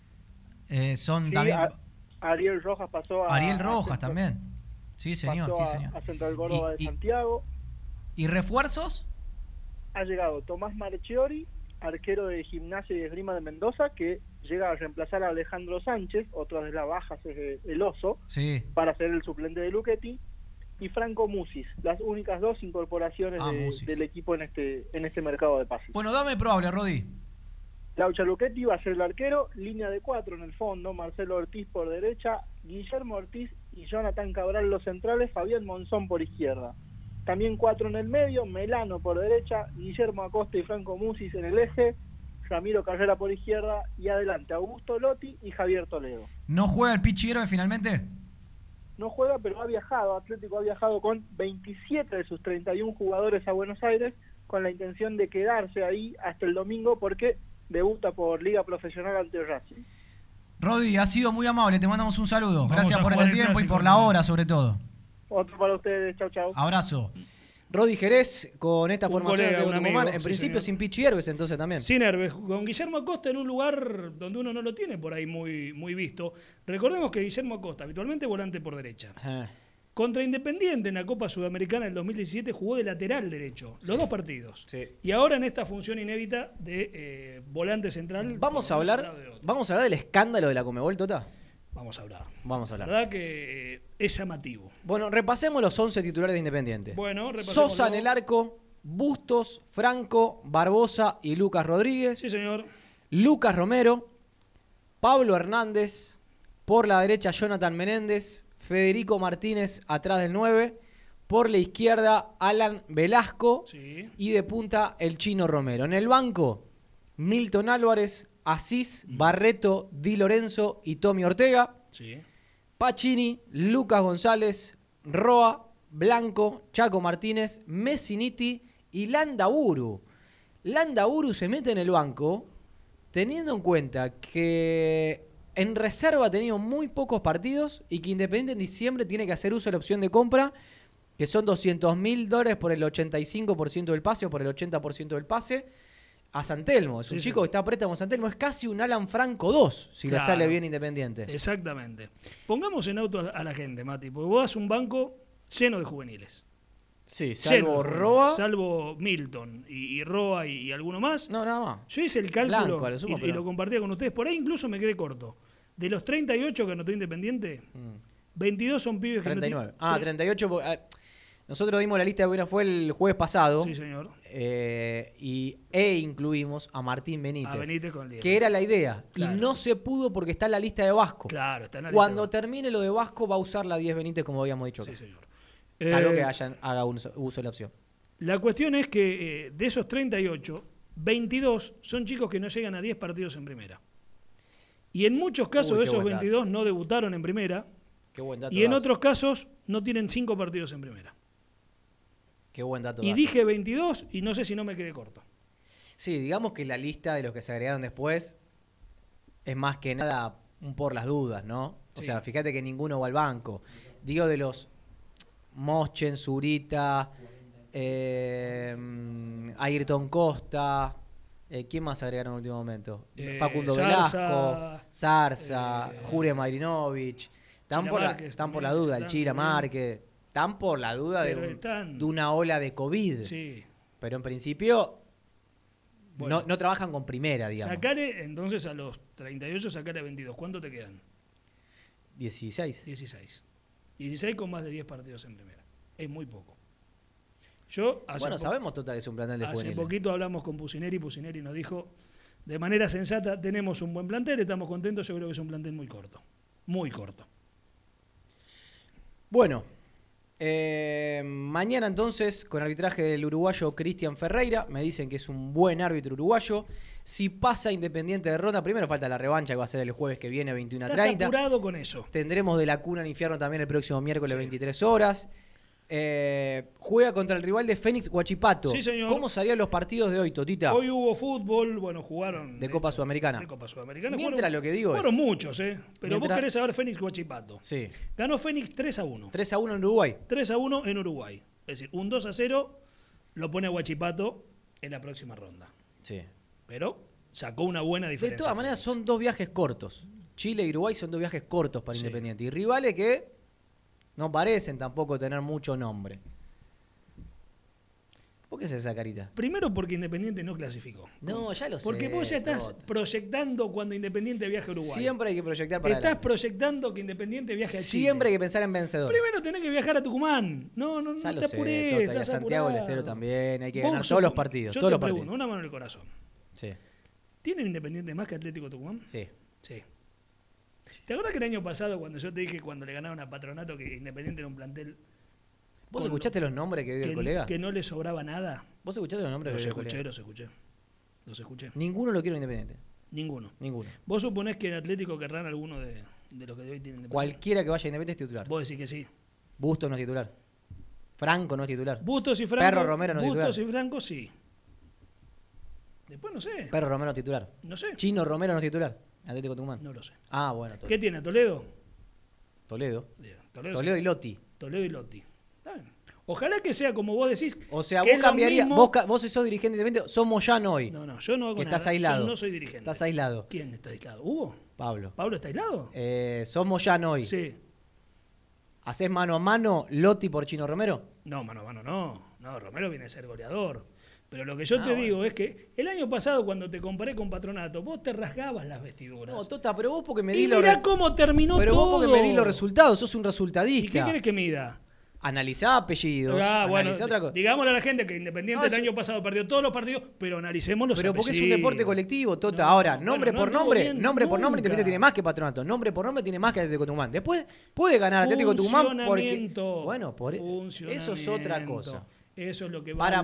son Sí, también... Ariel Rojas pasó a... Ariel Rojas también. Sí, señor, pasó sí, señor. a Central Córdoba de Santiago. ¿Y refuerzos? Ha llegado Tomás Marchiori, arquero de Gimnasia y Esgrima de Mendoza, que llega a reemplazar a Alejandro Sánchez, otra de las bajas es el Oso, sí, para ser el suplente de Luchetti, y Franco Musis, las únicas dos incorporaciones del equipo en este mercado de pases. Bueno, dame probable, Rodi. Laucha Luchetti va a ser el arquero, línea de 4 en el fondo, Marcelo Ortiz por derecha, Guillermo Ortiz y Jonathan Cabral los centrales, Fabián Monzón por izquierda. También 4 en el medio, Melano por derecha, Guillermo Acosta y Franco Musis en el eje, Ramiro Carrera por izquierda y adelante Augusto Lotti y Javier Toledo. ¿No juega el Pichiguero finalmente? No juega, pero ha viajado, Atlético ha viajado con 27 de sus 31 jugadores a Buenos Aires, con la intención de quedarse ahí hasta el domingo porque debuta por Liga Profesional ante Racing. Rodi, ha sido muy amable, te mandamos un saludo. Vamos Gracias por este tiempo y por la hora sobre todo. Otro para ustedes, chau chau. Abrazo. Rodi Jerez con esta formación de colega, un Tucumán, amigo, en sí, principio señor. sin Pichi Herbes entonces también. Sin Herbes, con Guillermo Acosta en un lugar donde uno no lo tiene por ahí muy visto. Recordemos que Guillermo Acosta, habitualmente volante por derecha. Contra Independiente en la Copa Sudamericana del 2017 jugó de lateral derecho, los dos partidos. Sí. Y ahora en esta función inédita de volante central. Vamos a hablar del escándalo de la Conmebol, Tota. Vamos a hablar. Vamos a hablar. La verdad que es llamativo. Bueno, repasemos los 11 titulares de Independiente. Bueno, repasémoslo. Sosa en el arco, Bustos, Franco, Barbosa y Lucas Rodríguez. Sí, señor. Lucas Romero, Pablo Hernández, por la derecha Jonathan Menéndez, Federico Martínez atrás del 9, por la izquierda Alan Velasco y de punta el Chino Romero. En el banco, Milton Álvarez, Asís, Barreto, Di Lorenzo y Tommy Ortega. Pacini, Lucas González, Roa, Blanco, Chaco Martínez, Messiniti y Landaburu. Landaburu se mete en el banco teniendo en cuenta que en reserva ha tenido muy pocos partidos y que Independiente en diciembre tiene que hacer uso de la opción de compra, que son $200.000 por el 85% del pase o por el 80% del pase, a San Telmo. Es un chico que está a préstamo a San Telmo. Es casi un Alan Franco 2, si le sale bien Independiente. Exactamente. Pongamos en auto a la gente, Mati, porque vos das un banco lleno de juveniles. Sí, salvo Roa. Salvo Milton y Roa y alguno más. No, nada más. Yo hice el cálculo Blanco, a lo sumo, y lo compartía con ustedes. Por ahí incluso me quedé corto. De los 38 que anotó Independiente, 22 son pibes que 39. 38. Nosotros dimos la lista de fue el jueves pasado. Sí, señor. Incluimos a Martín Benítez. A Benítez con el 10. Que era la idea. Claro. Y no se pudo porque está en la lista de Vasco. Claro, está en la lista. Cuando termine lo de Vasco va a usar la 10 Benítez como habíamos dicho. Sí, señor. Salvo que haga uso de la opción. La cuestión es que de esos 38, 22 son chicos que no llegan a 10 partidos en primera. Y en muchos casos de esos 22 no debutaron en primera. Qué buen dato. Y en otros casos no tienen 5 partidos en primera. Qué buen dato. Y dije 22 y no sé si no me quedé corto. Sí, digamos que la lista de los que se agregaron después es más que nada un por las dudas, ¿no? O sea, fíjate que ninguno va al banco. Digo de los Moschen, Zurita, Ayrton Costa, ¿quién más agregaron en el último momento? Facundo Velasco, Zarza, Jure Marinovich. Están por la duda, el Chira Márquez. Están por la duda de una ola de COVID. Sí. Pero en principio no trabajan con primera, digamos. Sacale, entonces a los 38, sacale a 22. ¿Cuánto te quedan? 16. 16 con más de 10 partidos en primera. Es muy poco. Sabemos Tota que es un plantel de juveniles. Hace poquito hablamos con Pusineri. Pusineri nos dijo, de manera sensata, tenemos un buen plantel, estamos contentos. Yo creo que es un plantel muy corto. Muy corto. Bueno, Mañana entonces, con arbitraje del uruguayo Cristian Ferreira, me dicen que es un buen árbitro uruguayo. Si pasa Independiente de ronda, primero falta la revancha que va a ser el jueves que viene, 21 a 30. Estás apurado con eso. Tendremos de la cuna al infierno también el próximo miércoles, 23 horas. Juega contra el rival de Fénix Huachipato. Sí, señor. ¿Cómo salían los partidos de hoy, Totita? Hoy hubo fútbol, bueno, jugaron... De Copa Sudamericana. De Copa Sudamericana. Mientras lo que digo fueron es... muchos, pero vos querés saber Fénix Huachipato. Sí. Ganó Fénix 3-1. 3-1 en Uruguay. 3-1 en Uruguay. Es decir, un 2-0 lo pone a Huachipato en la próxima ronda. Sí. Pero sacó una buena diferencia. De todas maneras, son dos viajes cortos. Chile y Uruguay son dos viajes cortos para Independiente. Y rivales que no parecen tampoco tener mucho nombre. ¿Por qué es esa carita? Primero porque Independiente no clasificó. No, ya lo sé. Porque vos ya estás proyectando cuando Independiente viaje a Uruguay. Siempre hay que proyectar para Estás adelante. proyectando que Independiente viaje a Chile. Siempre hay que pensar en vencedor. Primero tenés que viajar a Tucumán. No Ya lo te sé, apures. Tota, y a estás Santiago del apurado. Estero también. Hay que Vos ganar todos los partidos. Yo Todos te los partidos. pregunto, una mano en el corazón. Sí. ¿Tienen Independiente más que Atlético Tucumán? Sí. Sí. ¿Te acuerdas que el año pasado cuando yo te dije cuando le ganaron a Patronato que Independiente era un plantel... ¿Vos escuchaste los nombres que dio el colega? Que no le sobraba nada. ¿Vos escuchaste los nombres que dio el colega? Los escuché. Ninguno lo quiere Independiente. Ninguno. Ninguno. ¿Vos suponés que en Atlético querrán alguno de los que de hoy tienen Independiente? Cualquiera que vaya a Independiente es titular. Vos decís que sí. Bustos no es titular. Franco no es titular. Bustos y Franco. Perro Romero no es titular. Bustos y Franco sí. Después no sé. Perro Romero no es titular. No sé. Chino Romero no es titular. Atlético Tucumán. No lo sé. Ah, bueno. ¿Qué tiene? ¿A Toledo? Toledo. Toledo y Lotti. Toledo y Lotti. Está bien. Ojalá que sea como vos decís. O sea, que vos cambiarías. mismo... Vos sos dirigente independiente. Sos Moyano hoy. No, yo no hago que nada. Estás aislado. Yo no soy dirigente. Estás aislado. ¿Quién está aislado? ¿Hugo? Pablo. ¿Pablo está aislado? Sos Moyano hoy. Sí. ¿Hacés mano a mano Lotti por Chino Romero? No, mano a mano no. No, Romero viene a ser goleador. Pero lo que yo te digo es que el año pasado cuando te comparé con Patronato, vos te rasgabas las vestiduras. No, Tota, pero vos porque me y mirá cómo terminó pero todo. Pero vos porque medís los resultados, sos un resultadista. ¿Y qué querés que mida? Analizá apellidos, analizá otra cosa. Digámosle a la gente que Independiente el año pasado perdió todos los partidos, pero analicemos los apellidos. Pero porque es un deporte colectivo, Tota. Ahora, nombre por nombre, Independiente tiene más que Patronato. Nombre por nombre tiene más que Atlético Tucumán. Después puede ganar Atlético Tucumán porque... Bueno, eso es otra cosa. Eso es lo que Pará. No.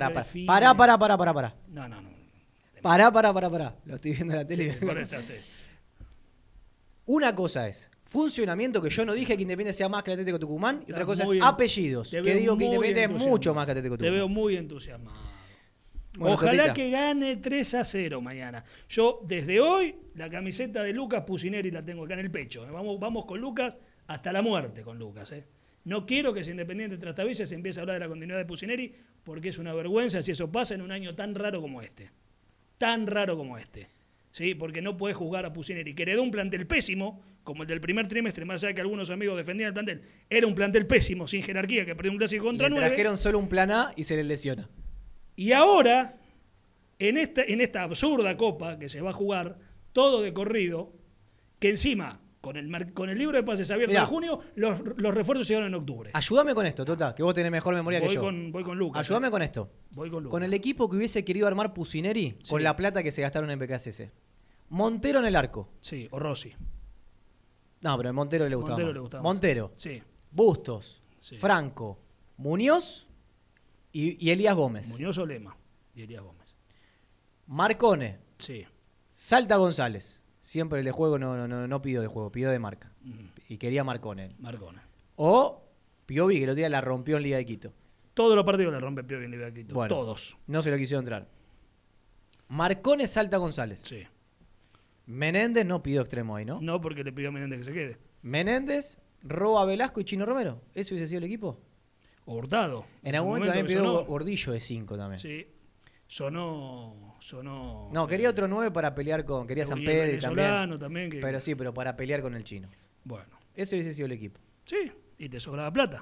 Pará. Lo estoy viendo en la tele. Sí, por eso, sí. Una cosa es funcionamiento, que yo no dije que Independiente sea más que el Atlético Tucumán, y otra cosa es apellidos, que digo que Independiente es mucho más que Atlético Tucumán. Te veo muy entusiasmado. Bueno, ojalá Totita, que gane 3-0 mañana. Yo, desde hoy, la camiseta de Lucas Pusineri la tengo acá en el pecho. Vamos con Lucas hasta la muerte con Lucas. No quiero que si Independiente trastabice se empiece a hablar de la continuidad de Pusineri, porque es una vergüenza si eso pasa en un año tan raro como este. Tan raro como este. ¿Sí? Porque no podés juzgar a Pusineri, que heredó un plantel pésimo, como el del primer trimestre, más allá de que algunos amigos defendían el plantel. Era un plantel pésimo, sin jerarquía, que perdió un clásico contra 9. Le trajeron solo un plan A y se les lesiona. Y ahora, en esta absurda copa que se va a jugar, todo de corrido, que encima, con el libro de pases abierto de junio, los refuerzos llegaron en octubre. Ayúdame con esto, Tota, que vos tenés mejor memoria que yo. Voy con Lucas. Ayúdame con esto. Voy con Lucas. Con el equipo que hubiese querido armar Pusineri, con la plata que se gastaron en PKCC. Montero en el arco. Sí, o Rossi. No, pero el Montero le gustaba. Montero. Sí. Bustos. Sí. Franco. Muñoz y Elías Gómez. Muñoz o Lema y Elías Gómez. Marcone. Sí. Salta González. Siempre el de juego no pidió de juego, pidió de marca. Y quería Marcone. O Piovi, que el otro día la rompió en Liga de Quito. Todos los partidos la rompe Piovi en Liga de Quito. Bueno, todos. No se lo quisieron entrar. Marcone, Salta González. Sí. Menéndez no pidió extremo ahí, ¿no? No, porque le pidió a Menéndez que se quede. Menéndez, Roa Velasco y Chino Romero. ¿Eso hubiese sido el equipo? O Hurtado. En algún momento también pidió Gordillo de 5 también. Sí. Sonó. No, quería otro 9 para pelear con. Quería San Pedro también. Pero sí, pero para pelear con el Chino. Bueno. Ese hubiese sido el equipo. Sí, y te sobraba plata.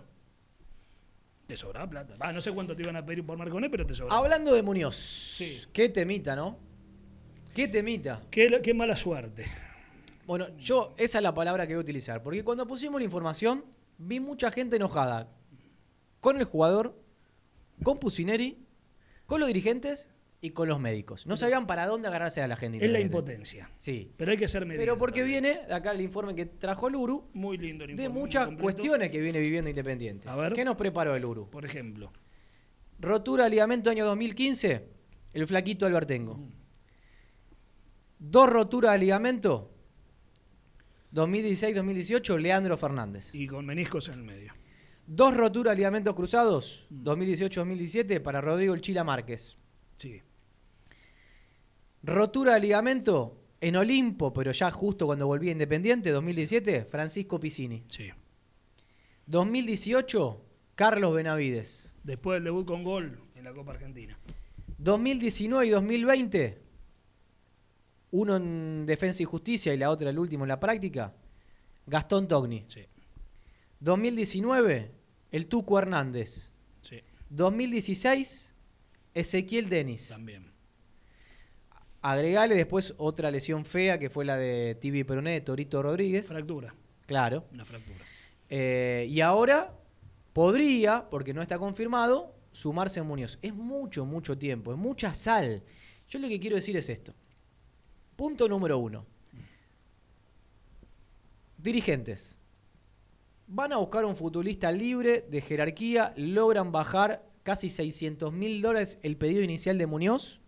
No sé cuánto te iban a pedir por Marcone, pero te sobraba. Hablando de Muñoz. Sí. Qué temita, ¿no? Qué temita. Qué mala suerte. Bueno, esa es la palabra que voy a utilizar. Porque cuando pusimos la información, vi mucha gente enojada con el jugador, con Pusineri, con los dirigentes y con los médicos. No sabían para dónde agarrarse a la gente. Es la impotencia. Sí. Pero hay que ser medido. Pero porque también. viene, de acá el informe que trajo el Uru, Muy lindo el informe. de muy muchas completo. cuestiones que viene viviendo Independiente. A ver. ¿Qué nos preparó el Uru? Por ejemplo. Rotura de ligamento año 2015, el flaquito Albertengo. 2 roturas de ligamento, 2016-2018, Leandro Fernández. Y con meniscos en el medio. 2 roturas de ligamentos cruzados, 2018-2017, para Rodrigo El Chila Márquez. Sí. Rotura de ligamento en Olimpo, pero ya justo cuando volví a Independiente, 2017, Francisco Piscini. Sí. 2018, Carlos Benavides. Después del debut con gol en la Copa Argentina. 2019 y 2020, uno en Defensa y Justicia y la otra el último en la práctica, Gastón Togni. Sí. 2019, el Tuco Hernández. Sí. 2016, Ezequiel Denis. También. Agregale después otra lesión fea que fue la de Tibi Peroné de Torito Rodríguez. Fractura. Claro. Una fractura. Y ahora podría, porque no está confirmado, sumarse a Muñoz. Es mucho, mucho tiempo, es mucha sal. Yo lo que quiero decir es esto. Punto número 1. Dirigentes. Van a buscar un futbolista libre, de jerarquía, logran bajar casi $600.000 el pedido inicial de Muñoz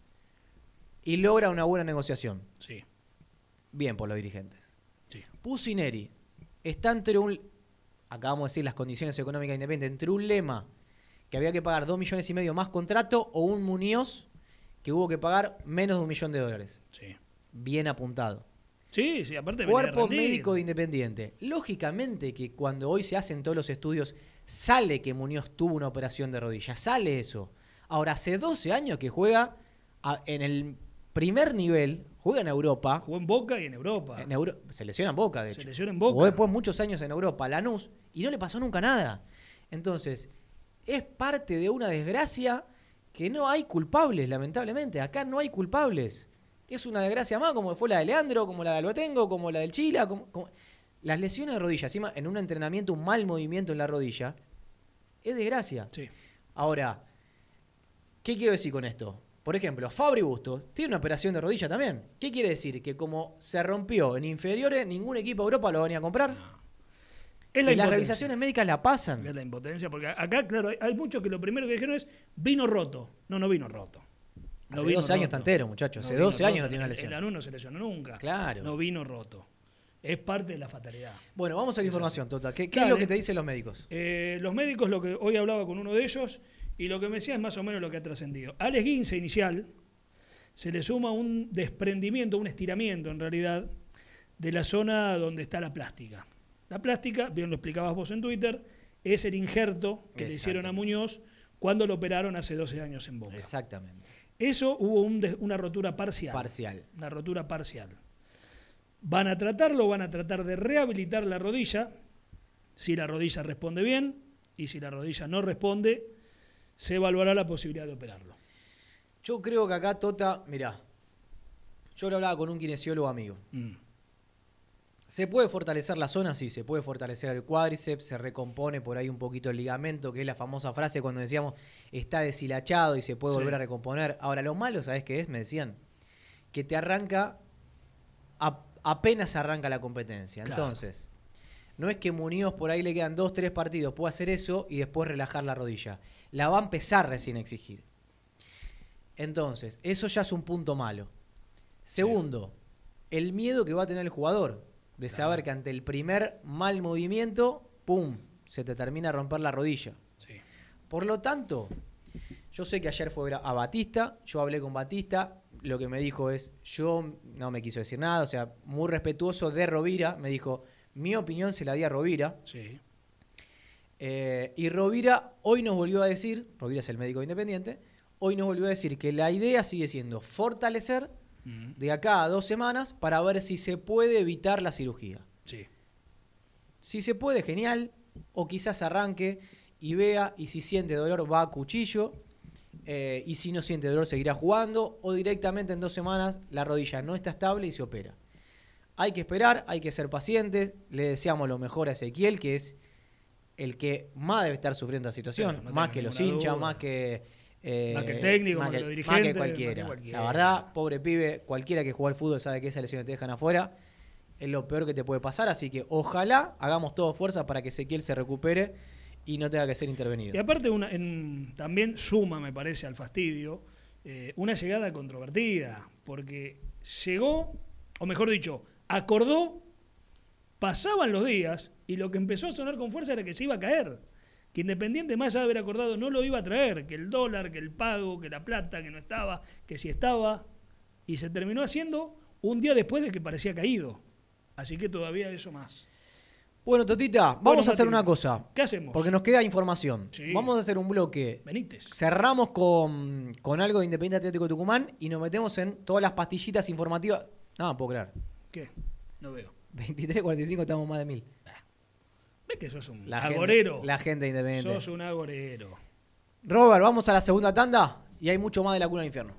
y logra una buena negociación. Sí. Bien por los dirigentes. Sí. Pusineri está entre un... Acabamos de decir las condiciones económicas independientes, entre un Lema que había que pagar 2,5 millones más contrato o un Muñoz que hubo que pagar menos de $1 millón. Sí. Bien apuntado. Sí, sí, aparte Cuerpo venía rendido. médico de Independiente. Lógicamente que cuando hoy se hacen todos los estudios, sale que Muñoz tuvo una operación de rodilla. Sale eso. Ahora, hace 12 años que juega en el primer nivel, juega en Europa. Jugó en Boca y en Europa. Se lesiona en Boca, de hecho. Se lesiona en Boca. Jugó después muchos años en Europa, Lanús, y no le pasó nunca nada. Entonces, es parte de una desgracia que no hay culpables, lamentablemente. Acá no hay culpables. Es una desgracia más, como fue la de Leandro, como la de Albertengo, como la del Chila. Las lesiones de rodilla, encima en un entrenamiento, un mal movimiento en la rodilla, es desgracia. Sí. Ahora, ¿qué quiero decir con esto? Por ejemplo, Fabri Busto tiene una operación de rodilla también. ¿Qué quiere decir? Que como se rompió en inferiores, ningún equipo de Europa lo venía a comprar. No. Es la Y las impotencia. revisaciones médicas la pasan. Es la impotencia, porque acá, claro, hay muchos que lo primero que dijeron es vino roto. No vino roto. No Hace vino 12 años roto. está entero, muchachos. Hace vino 12 años roto. no tiene una lesión. El Lanús no se lesionó nunca. Claro. No vino roto. Es parte de la fatalidad. Bueno, vamos a la Es información, así. Tota. ¿Qué es Dale. lo que te dicen los médicos? Los médicos, lo que hoy hablaba con uno de ellos, y lo que me decía es más o menos lo que ha trascendido. Al esguince inicial se le suma un desprendimiento, un estiramiento en realidad, de la zona donde está la plástica. La plástica, bien lo explicabas vos en Twitter, es el injerto que le hicieron a Muñoz cuando lo operaron hace 12 años en Boca. Exactamente. Eso hubo una rotura parcial. Parcial. Una rotura parcial. Van a tratarlo, van a tratar de rehabilitar la rodilla. Si la rodilla responde bien y si la rodilla no responde, se evaluará la posibilidad de operarlo. Yo creo que acá, Tota, mirá, yo lo hablaba con un kinesiólogo amigo. ¿Se puede fortalecer la zona? Sí, se puede fortalecer el cuádriceps, se recompone por ahí un poquito el ligamento, que es la famosa frase cuando decíamos está deshilachado y se puede volver a recomponer. Ahora, lo malo, ¿sabés qué es? Me decían, que te arranca, apenas arranca la competencia. Claro. Entonces, no es que Muñoz por ahí le quedan 2, 3 partidos, puede hacer eso y después relajar la rodilla. La va a empezar recién a exigir. Entonces, eso ya es un punto malo. Segundo, el miedo que va a tener el jugador de saber que ante el primer mal movimiento, ¡pum!, se te termina de romper la rodilla. Sí. Por lo tanto, yo sé que ayer fue a Batista, yo hablé con Batista, lo que me dijo es, yo no me quiso decir nada, o sea, muy respetuoso de Rovira, me dijo, mi opinión se la di a Rovira. Sí. Y Rovira hoy nos volvió a decir, Rovira es el médico independiente, hoy nos volvió a decir que la idea sigue siendo fortalecer de acá a 2 semanas para ver si se puede evitar la cirugía. Sí. Si se puede, genial, o quizás arranque y vea, y si siente dolor va a cuchillo, y si no siente dolor seguirá jugando, o directamente en 2 semanas la rodilla no está estable y se opera. Hay que esperar, hay que ser pacientes, le deseamos lo mejor a Ezequiel, que es el que más debe estar sufriendo la situación, Claro, no más tengo que los ninguna hinchas, duda. más que Más que el técnico, más que los dirigentes. Más que cualquiera. La verdad, pobre pibe, cualquiera que juega al fútbol sabe que esas lesiones te dejan afuera. Es lo peor que te puede pasar, así que ojalá hagamos todo fuerza para que Ezequiel se recupere y no tenga que ser intervenido. Y aparte, también suma, me parece, al fastidio, una llegada controvertida, porque llegó, o mejor dicho, acordó, pasaban los días y lo que empezó a sonar con fuerza era que se iba a caer. Que Independiente, más allá de haber acordado, no lo iba a traer, que el dólar, que el pago, que la plata, que no estaba, que sí estaba, y se terminó haciendo un día después de que parecía caído. Así que todavía eso más. Bueno, Totita, vamos a hacer una cosa. ¿Qué hacemos? Porque nos queda información. Sí. Vamos a hacer un bloque. Benítez. Cerramos con algo de Independiente Atlético de Tucumán y nos metemos en todas las pastillitas informativas. No, puedo creer. ¿Qué? No veo. 23:45 estamos más de 1000. ¿Ves que sos un La agorero? Gente, la gente Independiente. Sos un agorero. Robert, vamos a la segunda tanda y hay mucho más de La Cuna del Infierno.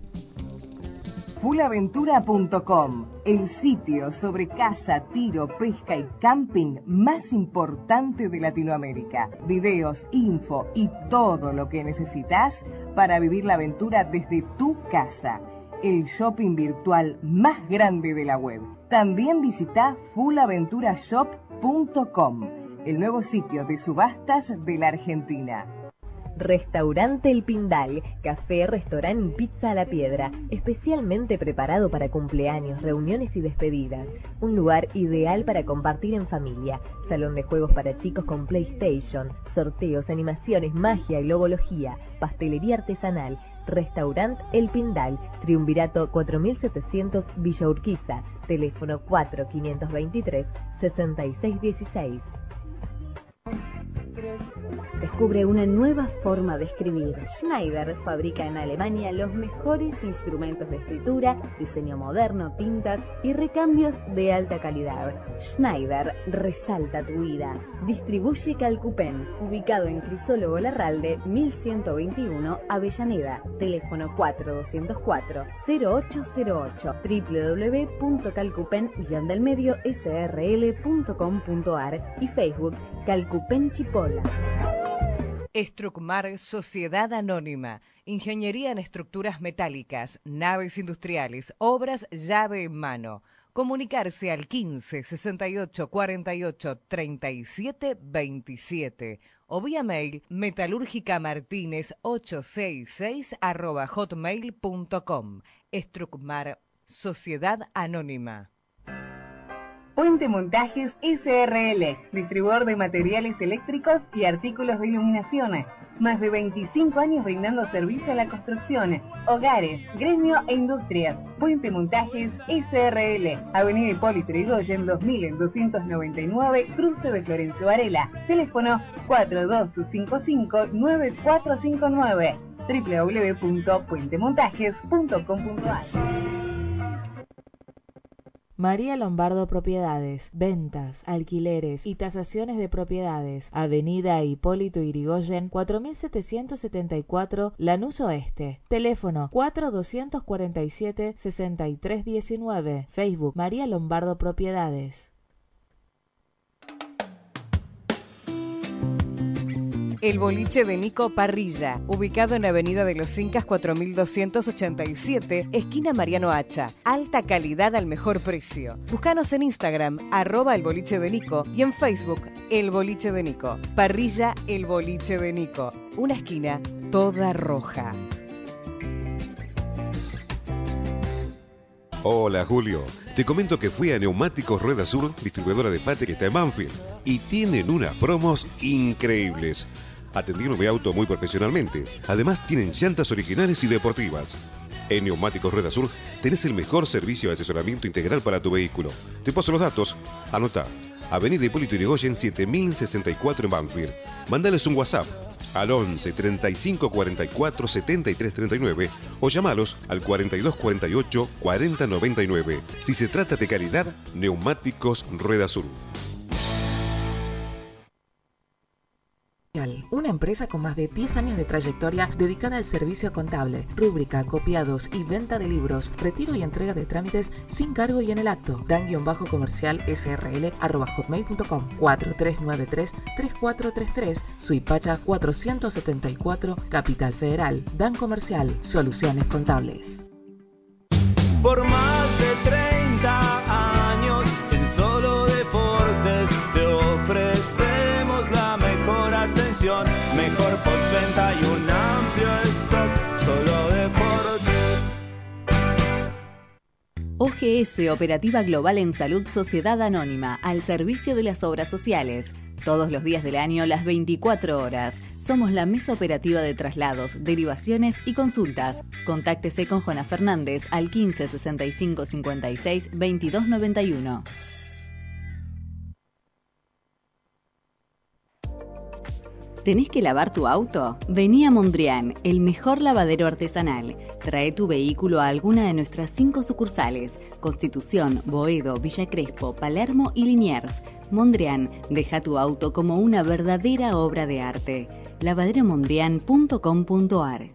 Fullaventura.com, el sitio sobre caza, tiro, pesca y camping más importante de Latinoamérica. Videos, info y todo lo que necesitas para vivir la aventura desde tu casa. El shopping virtual más grande de la web. También visita fullaventurashop.com, el nuevo sitio de subastas de la Argentina. Restaurante El Pindal, café, restaurante y pizza a la piedra, especialmente preparado para cumpleaños, reuniones y despedidas. Un lugar ideal para compartir en familia. Salón de juegos para chicos con PlayStation, sorteos, animaciones, magia y lobología, pastelería artesanal. Restaurante El Pindal, Triunvirato 4700 Villa Urquiza, teléfono 4523-6616. Descubre una nueva forma de escribir. Schneider fabrica en Alemania los mejores instrumentos de escritura, diseño moderno, tintas y recambios de alta calidad. Schneider resalta tu vida. Distribuye Calcupen, ubicado en Crisólogo Larralde, 1121, Avellaneda. Teléfono 4204-0808. www.calcupen-srl.com.ar y Facebook Calcupen Chipola. Estrucmar Sociedad Anónima, Ingeniería en Estructuras Metálicas, Naves Industriales, Obras llave en mano. Comunicarse al 15 68 48 37 27 o vía mail metalúrgicamartínez866@hotmail.com. Estrucmar Sociedad Anónima. Puente Montajes SRL, distribuidor de materiales eléctricos y artículos de iluminación. Más de 25 años brindando servicio a la construcción, hogares, gremio e industrias. Puente Montajes SRL, Avenida Hipólito Yrigoyen 2299, cruce de Florencio Varela. Teléfono 4255-9459. www.puentemontajes.com.ar. María Lombardo Propiedades, ventas, alquileres y tasaciones de propiedades. Avenida Hipólito Yrigoyen 4774, Lanús Oeste. Teléfono 4247-6319. Facebook María Lombardo Propiedades. El boliche de Nico Parrilla, ubicado en Avenida de los Incas 4287, esquina Mariano Hacha. Alta calidad al mejor precio. Búscanos en Instagram, @elbolichedenico y en Facebook, El Boliche de Nico. Parrilla El Boliche de Nico. Una esquina toda roja. Hola Julio, te comento que fui a Neumáticos Rueda Sur, distribuidora de Fate que está en Banfield, y tienen unas promos increíbles. Atendieron mi auto muy profesionalmente, además tienen llantas originales y deportivas. En Neumáticos Rueda Sur tenés el mejor servicio de asesoramiento integral para tu vehículo. Te paso los datos, anotá, Avenida Hipólito Yrigoyen 7064 en Banfield. Mándales un WhatsApp al 11 35 44 73 39 o llamalos al 42 48 40 99. Si se trata de calidad, Neumáticos Rueda Sur. Una empresa con más de 10 años de trayectoria dedicada al servicio contable, rúbrica, copiados y venta de libros, retiro y entrega de trámites sin cargo y en el acto. Dan-comercial srl@hotmail.com 4393-3433 Suipacha 474 Capital Federal. Dan Comercial, soluciones contables. Por más de 30 años en Solo Deportes te ofrecemos la mejor atención, mejor postventa y un amplio stock. Solo Deportes. OGS, Operativa Global en Salud Sociedad Anónima, al servicio de las obras sociales. Todos los días del año, las 24 horas. Somos la mesa operativa de traslados, derivaciones y consultas. Contáctese con Joana Fernández al 15 65 56 22 91. ¿Tenés que lavar tu auto? Vení a Mondrian, el mejor lavadero artesanal. Trae tu vehículo a alguna de nuestras 5 sucursales: Constitución, Boedo, Villa Crespo, Palermo y Liniers. Mondrian, deja tu auto como una verdadera obra de arte. lavaderomondrian.com.ar.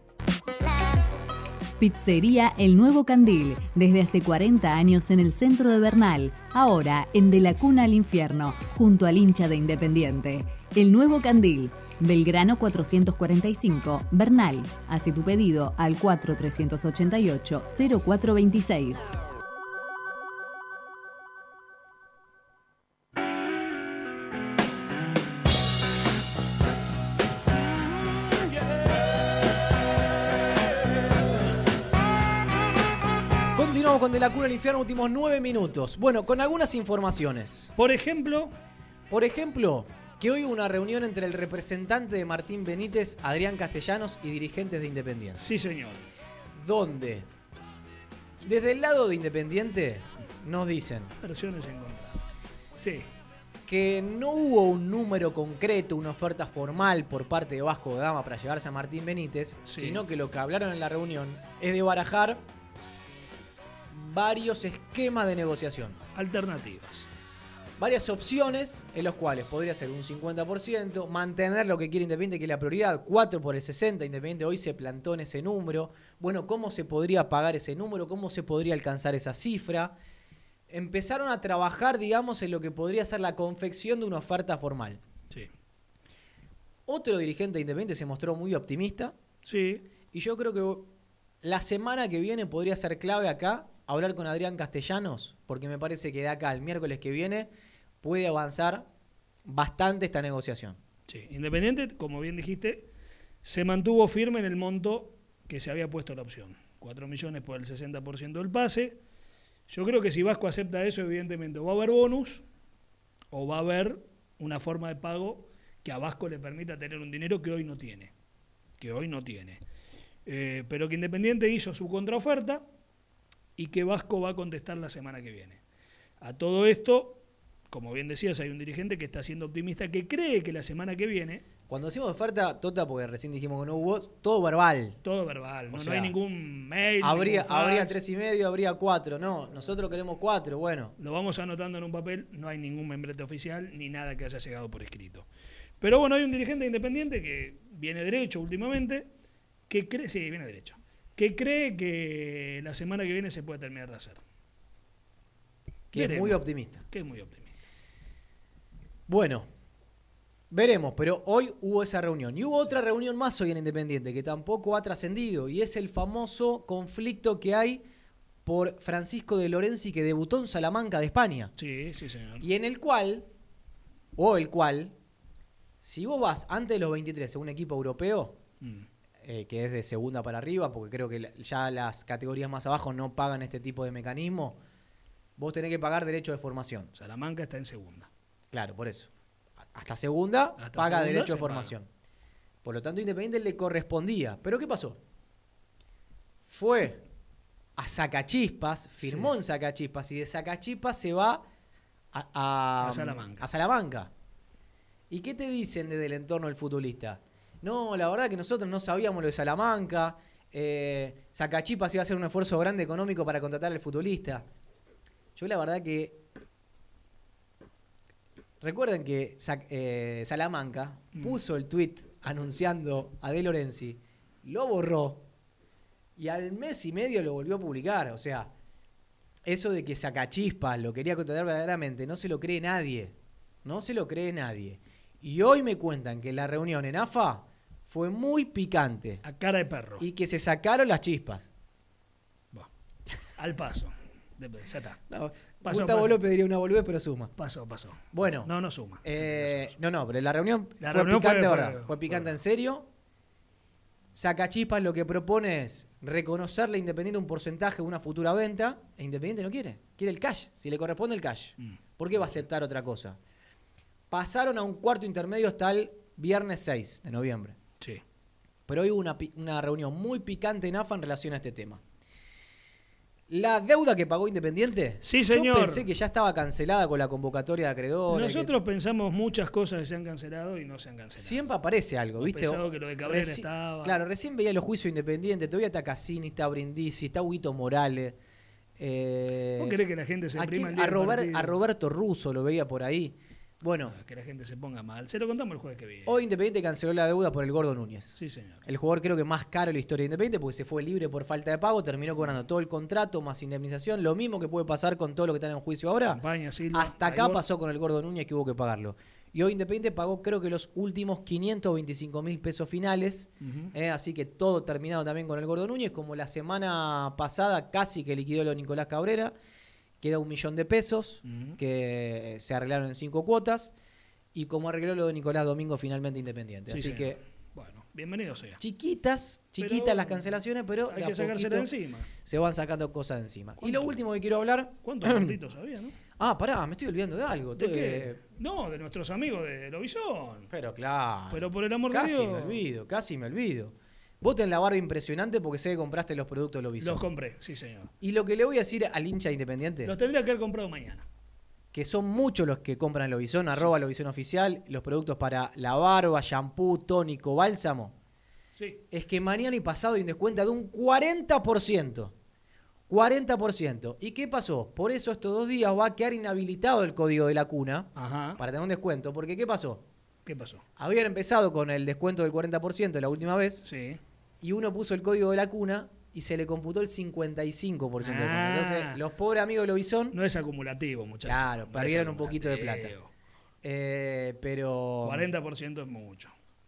Pizzería El Nuevo Candil, desde hace 40 años en el centro de Bernal, ahora en De la Cuna al Infierno, junto al hincha de Independiente. El Nuevo Candil, Belgrano 445, Bernal. Hace tu pedido al 4388-0426. Continuamos con De la Cuna al Infierno, últimos 9 minutos. Bueno, con algunas informaciones. Por ejemplo, que hoy hubo una reunión entre el representante de Martín Benítez, Adrián Castellanos, y dirigentes de Independiente. Sí, señor. Donde, desde el lado de Independiente, nos dicen... Versiones en contra. Sí. Que no hubo un número concreto, una oferta formal por parte de Vasco da Gama para llevarse a Martín Benítez, Sí. sino que lo que hablaron en la reunión es de barajar varios esquemas de negociación. Alternativas. Varias opciones en los cuales podría ser un 50%, mantener lo que quiere Independiente, que es la prioridad, 4 por el 60, Independiente hoy se plantó en ese número. Bueno, ¿cómo se podría pagar ese número? ¿Cómo se podría alcanzar esa cifra? Empezaron a trabajar, digamos, en lo que podría ser la confección de una oferta formal. Sí. Otro dirigente de Independiente se mostró muy optimista. Sí. Y yo creo que la semana que viene podría ser clave acá hablar con Adrián Castellanos, porque me parece que de acá al miércoles que viene puede avanzar bastante esta negociación. Sí. Independiente, como bien dijiste, se mantuvo firme en el monto que se había puesto la opción. 4 millones por el 60% del pase. Yo creo que si Vasco acepta eso, evidentemente o va a haber bonus o va a haber una forma de pago que a Vasco le permita tener un dinero que hoy no tiene. Pero que Independiente hizo su contraoferta y que Vasco va a contestar la semana que viene. A todo esto, como bien decías, hay un dirigente que está siendo optimista, que cree que la semana que viene... Cuando decimos oferta, Tota, porque recién dijimos que no hubo, todo verbal. Todo verbal, no, O no sea, hay ningún mail. Habría ningún fax. 3,5, habría 4. No, nosotros queremos 4, bueno. Lo vamos anotando en un papel, no hay ningún membrete oficial ni nada que haya llegado por escrito. Pero bueno, hay un dirigente independiente que viene derecho últimamente, que cree, sí, viene derecho, que cree que la semana que viene se puede terminar de hacer. Que es muy optimista. Que es muy optimista. Bueno, veremos, pero hoy hubo esa reunión. Y hubo otra reunión más hoy en Independiente que tampoco ha trascendido, y es el famoso conflicto que hay por Francisco de Lorenzi, que debutó en Salamanca de España. Sí, sí, señor. Y en el cual, si vos vas antes de los 23 a un equipo europeo, que es de segunda para arriba, porque creo que ya las categorías más abajo no pagan este tipo de mecanismo, vos tenés que pagar derecho de formación. Salamanca está en segunda. Claro, por eso. Hasta segunda paga segunda derecho de se formación. Por lo tanto, Independiente le correspondía. ¿Pero qué pasó? Fue a Sacachispas, firmó en Sacachispas, y de Sacachispas se va a Salamanca. ¿Y qué te dicen desde el entorno del futbolista? No, la verdad que nosotros no sabíamos lo de Salamanca. Sacachispas iba a hacer un esfuerzo grande económico para contratar al futbolista. Yo la verdad que Recuerden que Salamanca puso el tweet anunciando a De Lorenzi, lo borró y al mes y medio lo volvió a publicar. O sea, eso de que Sacachispas lo quería contratar verdaderamente, no se lo cree nadie. No se lo cree nadie. Y hoy me cuentan que la reunión en AFA fue muy picante. A cara de perro. Y que se sacaron las chispas. Bueno, al paso. Ya está. No, Pasó, Gustavo pasó. López diría una boludez, pero suma. Pasó. Bueno. No suma. No, pero la reunión fue picante, ¿verdad? Fue picante en serio. Sacachispas lo que propone es reconocerle a Independiente un porcentaje de una futura venta. E Independiente no quiere. Quiere el cash. Si le corresponde el cash. ¿Por qué va a aceptar otra cosa? Pasaron a un cuarto intermedio hasta el viernes 6 de noviembre. Sí. Pero hoy hubo una reunión muy picante en AFA en relación a este tema. La deuda que pagó Independiente, sí, señor. Yo pensé que ya estaba cancelada con la convocatoria de acreedores. Nosotros pensamos muchas cosas que se han cancelado y no se han cancelado. Siempre aparece algo, ¿viste? Pensado que lo de Cabrera estaba... Claro, recién veía los juicios Independientes, todavía está Cassini, está Brindisi, está Huguito Morales. ¿Vos querés que la gente se imprima el día del partido? A Roberto Russo lo veía por ahí. Bueno, que la gente se ponga mal. Se lo contamos el jueves que viene. Hoy Independiente canceló la deuda por el Gordo Núñez. Sí, señor. El jugador creo que más caro en la historia de Independiente porque se fue libre por falta de pago, terminó cobrando todo el contrato más indemnización. Lo mismo que puede pasar con todo lo que está en juicio ahora. Campaña, Silva, hasta acá pasó con el Gordo Núñez que hubo que pagarlo. Y hoy Independiente pagó creo que los últimos 525.000 pesos finales. Así que todo terminado también con el Gordo Núñez. Como la semana pasada casi que liquidó lo Nicolás Cabrera. Queda 1 millón de pesos que se arreglaron en 5 cuotas. Y como arregló lo de Nicolás Domingo finalmente Independiente. Sí, así señor. que... Bueno, bienvenido sea. Chiquitas las cancelaciones, pero hay que sacársela encima. Se van sacando cosas de encima. Y lo último que quiero hablar... ¿Cuántos partidos había, no? Pará, me estoy olvidando de algo. ¿De qué? No, de nuestros amigos de Lobizón. Pero claro. Pero por el amor de Dios. Casi me olvido. Vos tenés la barba impresionante porque sé que compraste los productos de Lobizón. Los compré, sí señor. Y lo que le voy a decir al hincha Independiente... Los tendría que haber comprado mañana. Que son muchos los que compran Lobizón, @Lobizón Oficial, los productos para la barba, shampoo, tónico, bálsamo. Sí. Es que mañana y pasado hay un descuento de un 40%. 40%. ¿Y qué pasó? Por eso estos 2 días va a quedar inhabilitado el código de la cuna para tener un descuento. Porque ¿qué pasó? ¿Qué pasó? Habían empezado con el descuento del 40% la última vez. Sí. Y uno puso el código de la cuna y se le computó el 55% de descuento. Entonces, los pobres amigos de Lobizón... No es acumulativo, muchachos. Claro, perdieron un poquito de plata. Pero... 40% es mucho.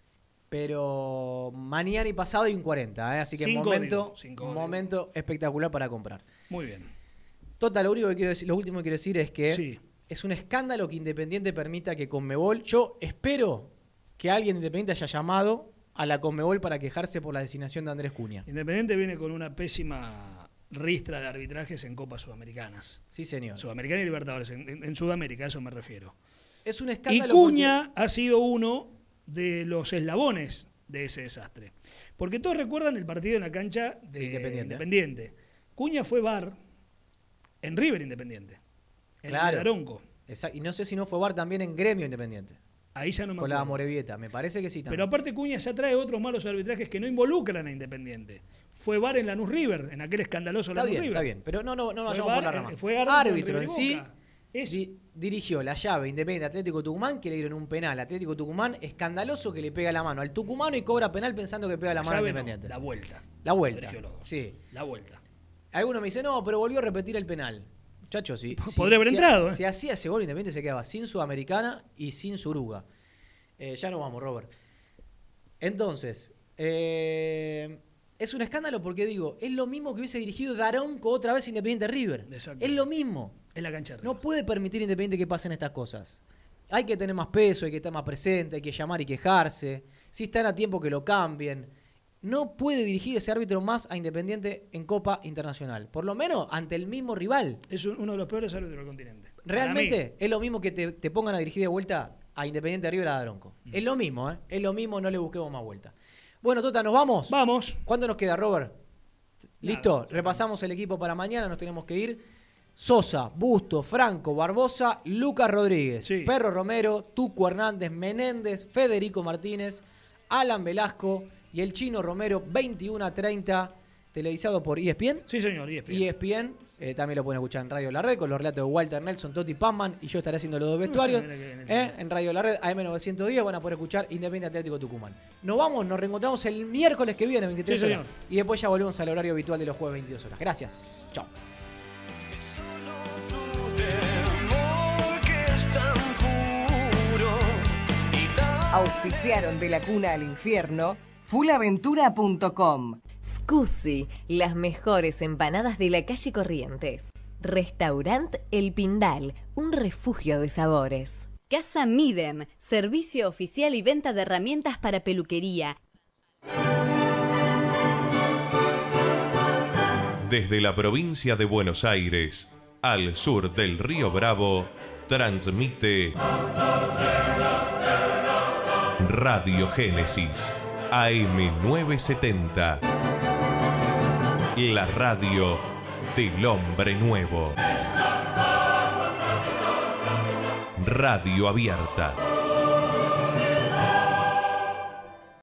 Pero mañana y pasado hay un 40%, así que momento espectacular para comprar. Muy bien. Total, lo último que quiero decir es que es un escándalo que Independiente permita que Conmebol... Yo espero que alguien de Independiente haya llamado a la Conmebol para quejarse por la designación de Andrés Cunha. Independiente viene con una pésima ristra de arbitrajes en Copas Sudamericanas. Sí, señor. Sudamericana y Libertadores. En Sudamérica, a eso me refiero. Es un escándalo. Y Cunha ha sido uno de los eslabones de ese desastre. Porque todos recuerdan el partido en la cancha de Independiente. Cunha fue VAR en River Independiente. En Daronco. Y no sé si no fue VAR también en Gremio Independiente. Ahí ya no me acuerdo. Con la Morevieta, me parece que sí también. Pero aparte Cunha ya trae otros malos arbitrajes que no involucran a Independiente. Fue VAR en Lanús River, en aquel escandaloso Lanús River. Está bien, pero no vayamos por la rama. Fue árbitro en sí dirigió la llave Independiente Atlético Tucumán, que le dieron un penal. Atlético Tucumán, escandaloso, que le pega la mano al tucumano y cobra penal pensando que pega la mano a Independiente. La vuelta. Sí. La vuelta. Algunos me dicen, no, pero volvió a repetir el penal. Muchachos, podría haber entrado. Si hacía ese gol, Independiente se quedaba sin Sudamericana y sin Suruga. Ya no vamos, Robert. Entonces, es un escándalo porque digo, es lo mismo que hubiese dirigido Daronco otra vez Independiente River. Es lo mismo. Es la cancha de River. No puede permitir Independiente que pasen estas cosas. Hay que tener más peso, hay que estar más presente, hay que llamar y quejarse. Si están a tiempo que lo cambien. No puede dirigir ese árbitro más a Independiente en Copa Internacional. Por lo menos ante el mismo rival. Es uno de los peores árbitros del continente. Realmente es lo mismo que te pongan a dirigir de vuelta a Independiente River a Daronco. Es lo mismo, ¿eh? Es lo mismo, no le busquemos más vuelta. Bueno, Tota, ¿nos vamos? Vamos. ¿Cuánto nos queda, Robert? ¿Listo? Repasamos el equipo para mañana, nos tenemos que ir. Sosa, Busto, Franco, Barbosa, Lucas Rodríguez, Perro Romero, Tuco Hernández, Menéndez, Federico Martínez, Alan Velasco y el Chino Romero, 21 a 30. televisado por ESPN. Sí, señor, ESPN. ESPN, también lo pueden escuchar en Radio La Red con los relatos de Walter Nelson, Totti Pazman y yo estaré haciendo los dos vestuarios. En Radio La Red, AM910 van a poder escuchar Independiente Atlético Tucumán. Nos vamos, nos reencontramos el miércoles que viene, 23 Sí, horas. Y después ya volvemos al horario habitual de los jueves, 22 horas. Gracias. Chao. Auspiciaron de la cuna al infierno fullaventura.com. Scusi, las mejores empanadas de la calle Corrientes. Restaurant El Pindal, un refugio de sabores. Casa Miden, servicio oficial y venta de herramientas para peluquería. Desde la provincia de Buenos Aires, al sur del río Bravo, transmite Radio Génesis, AM970. La radio del hombre nuevo. Radio abierta.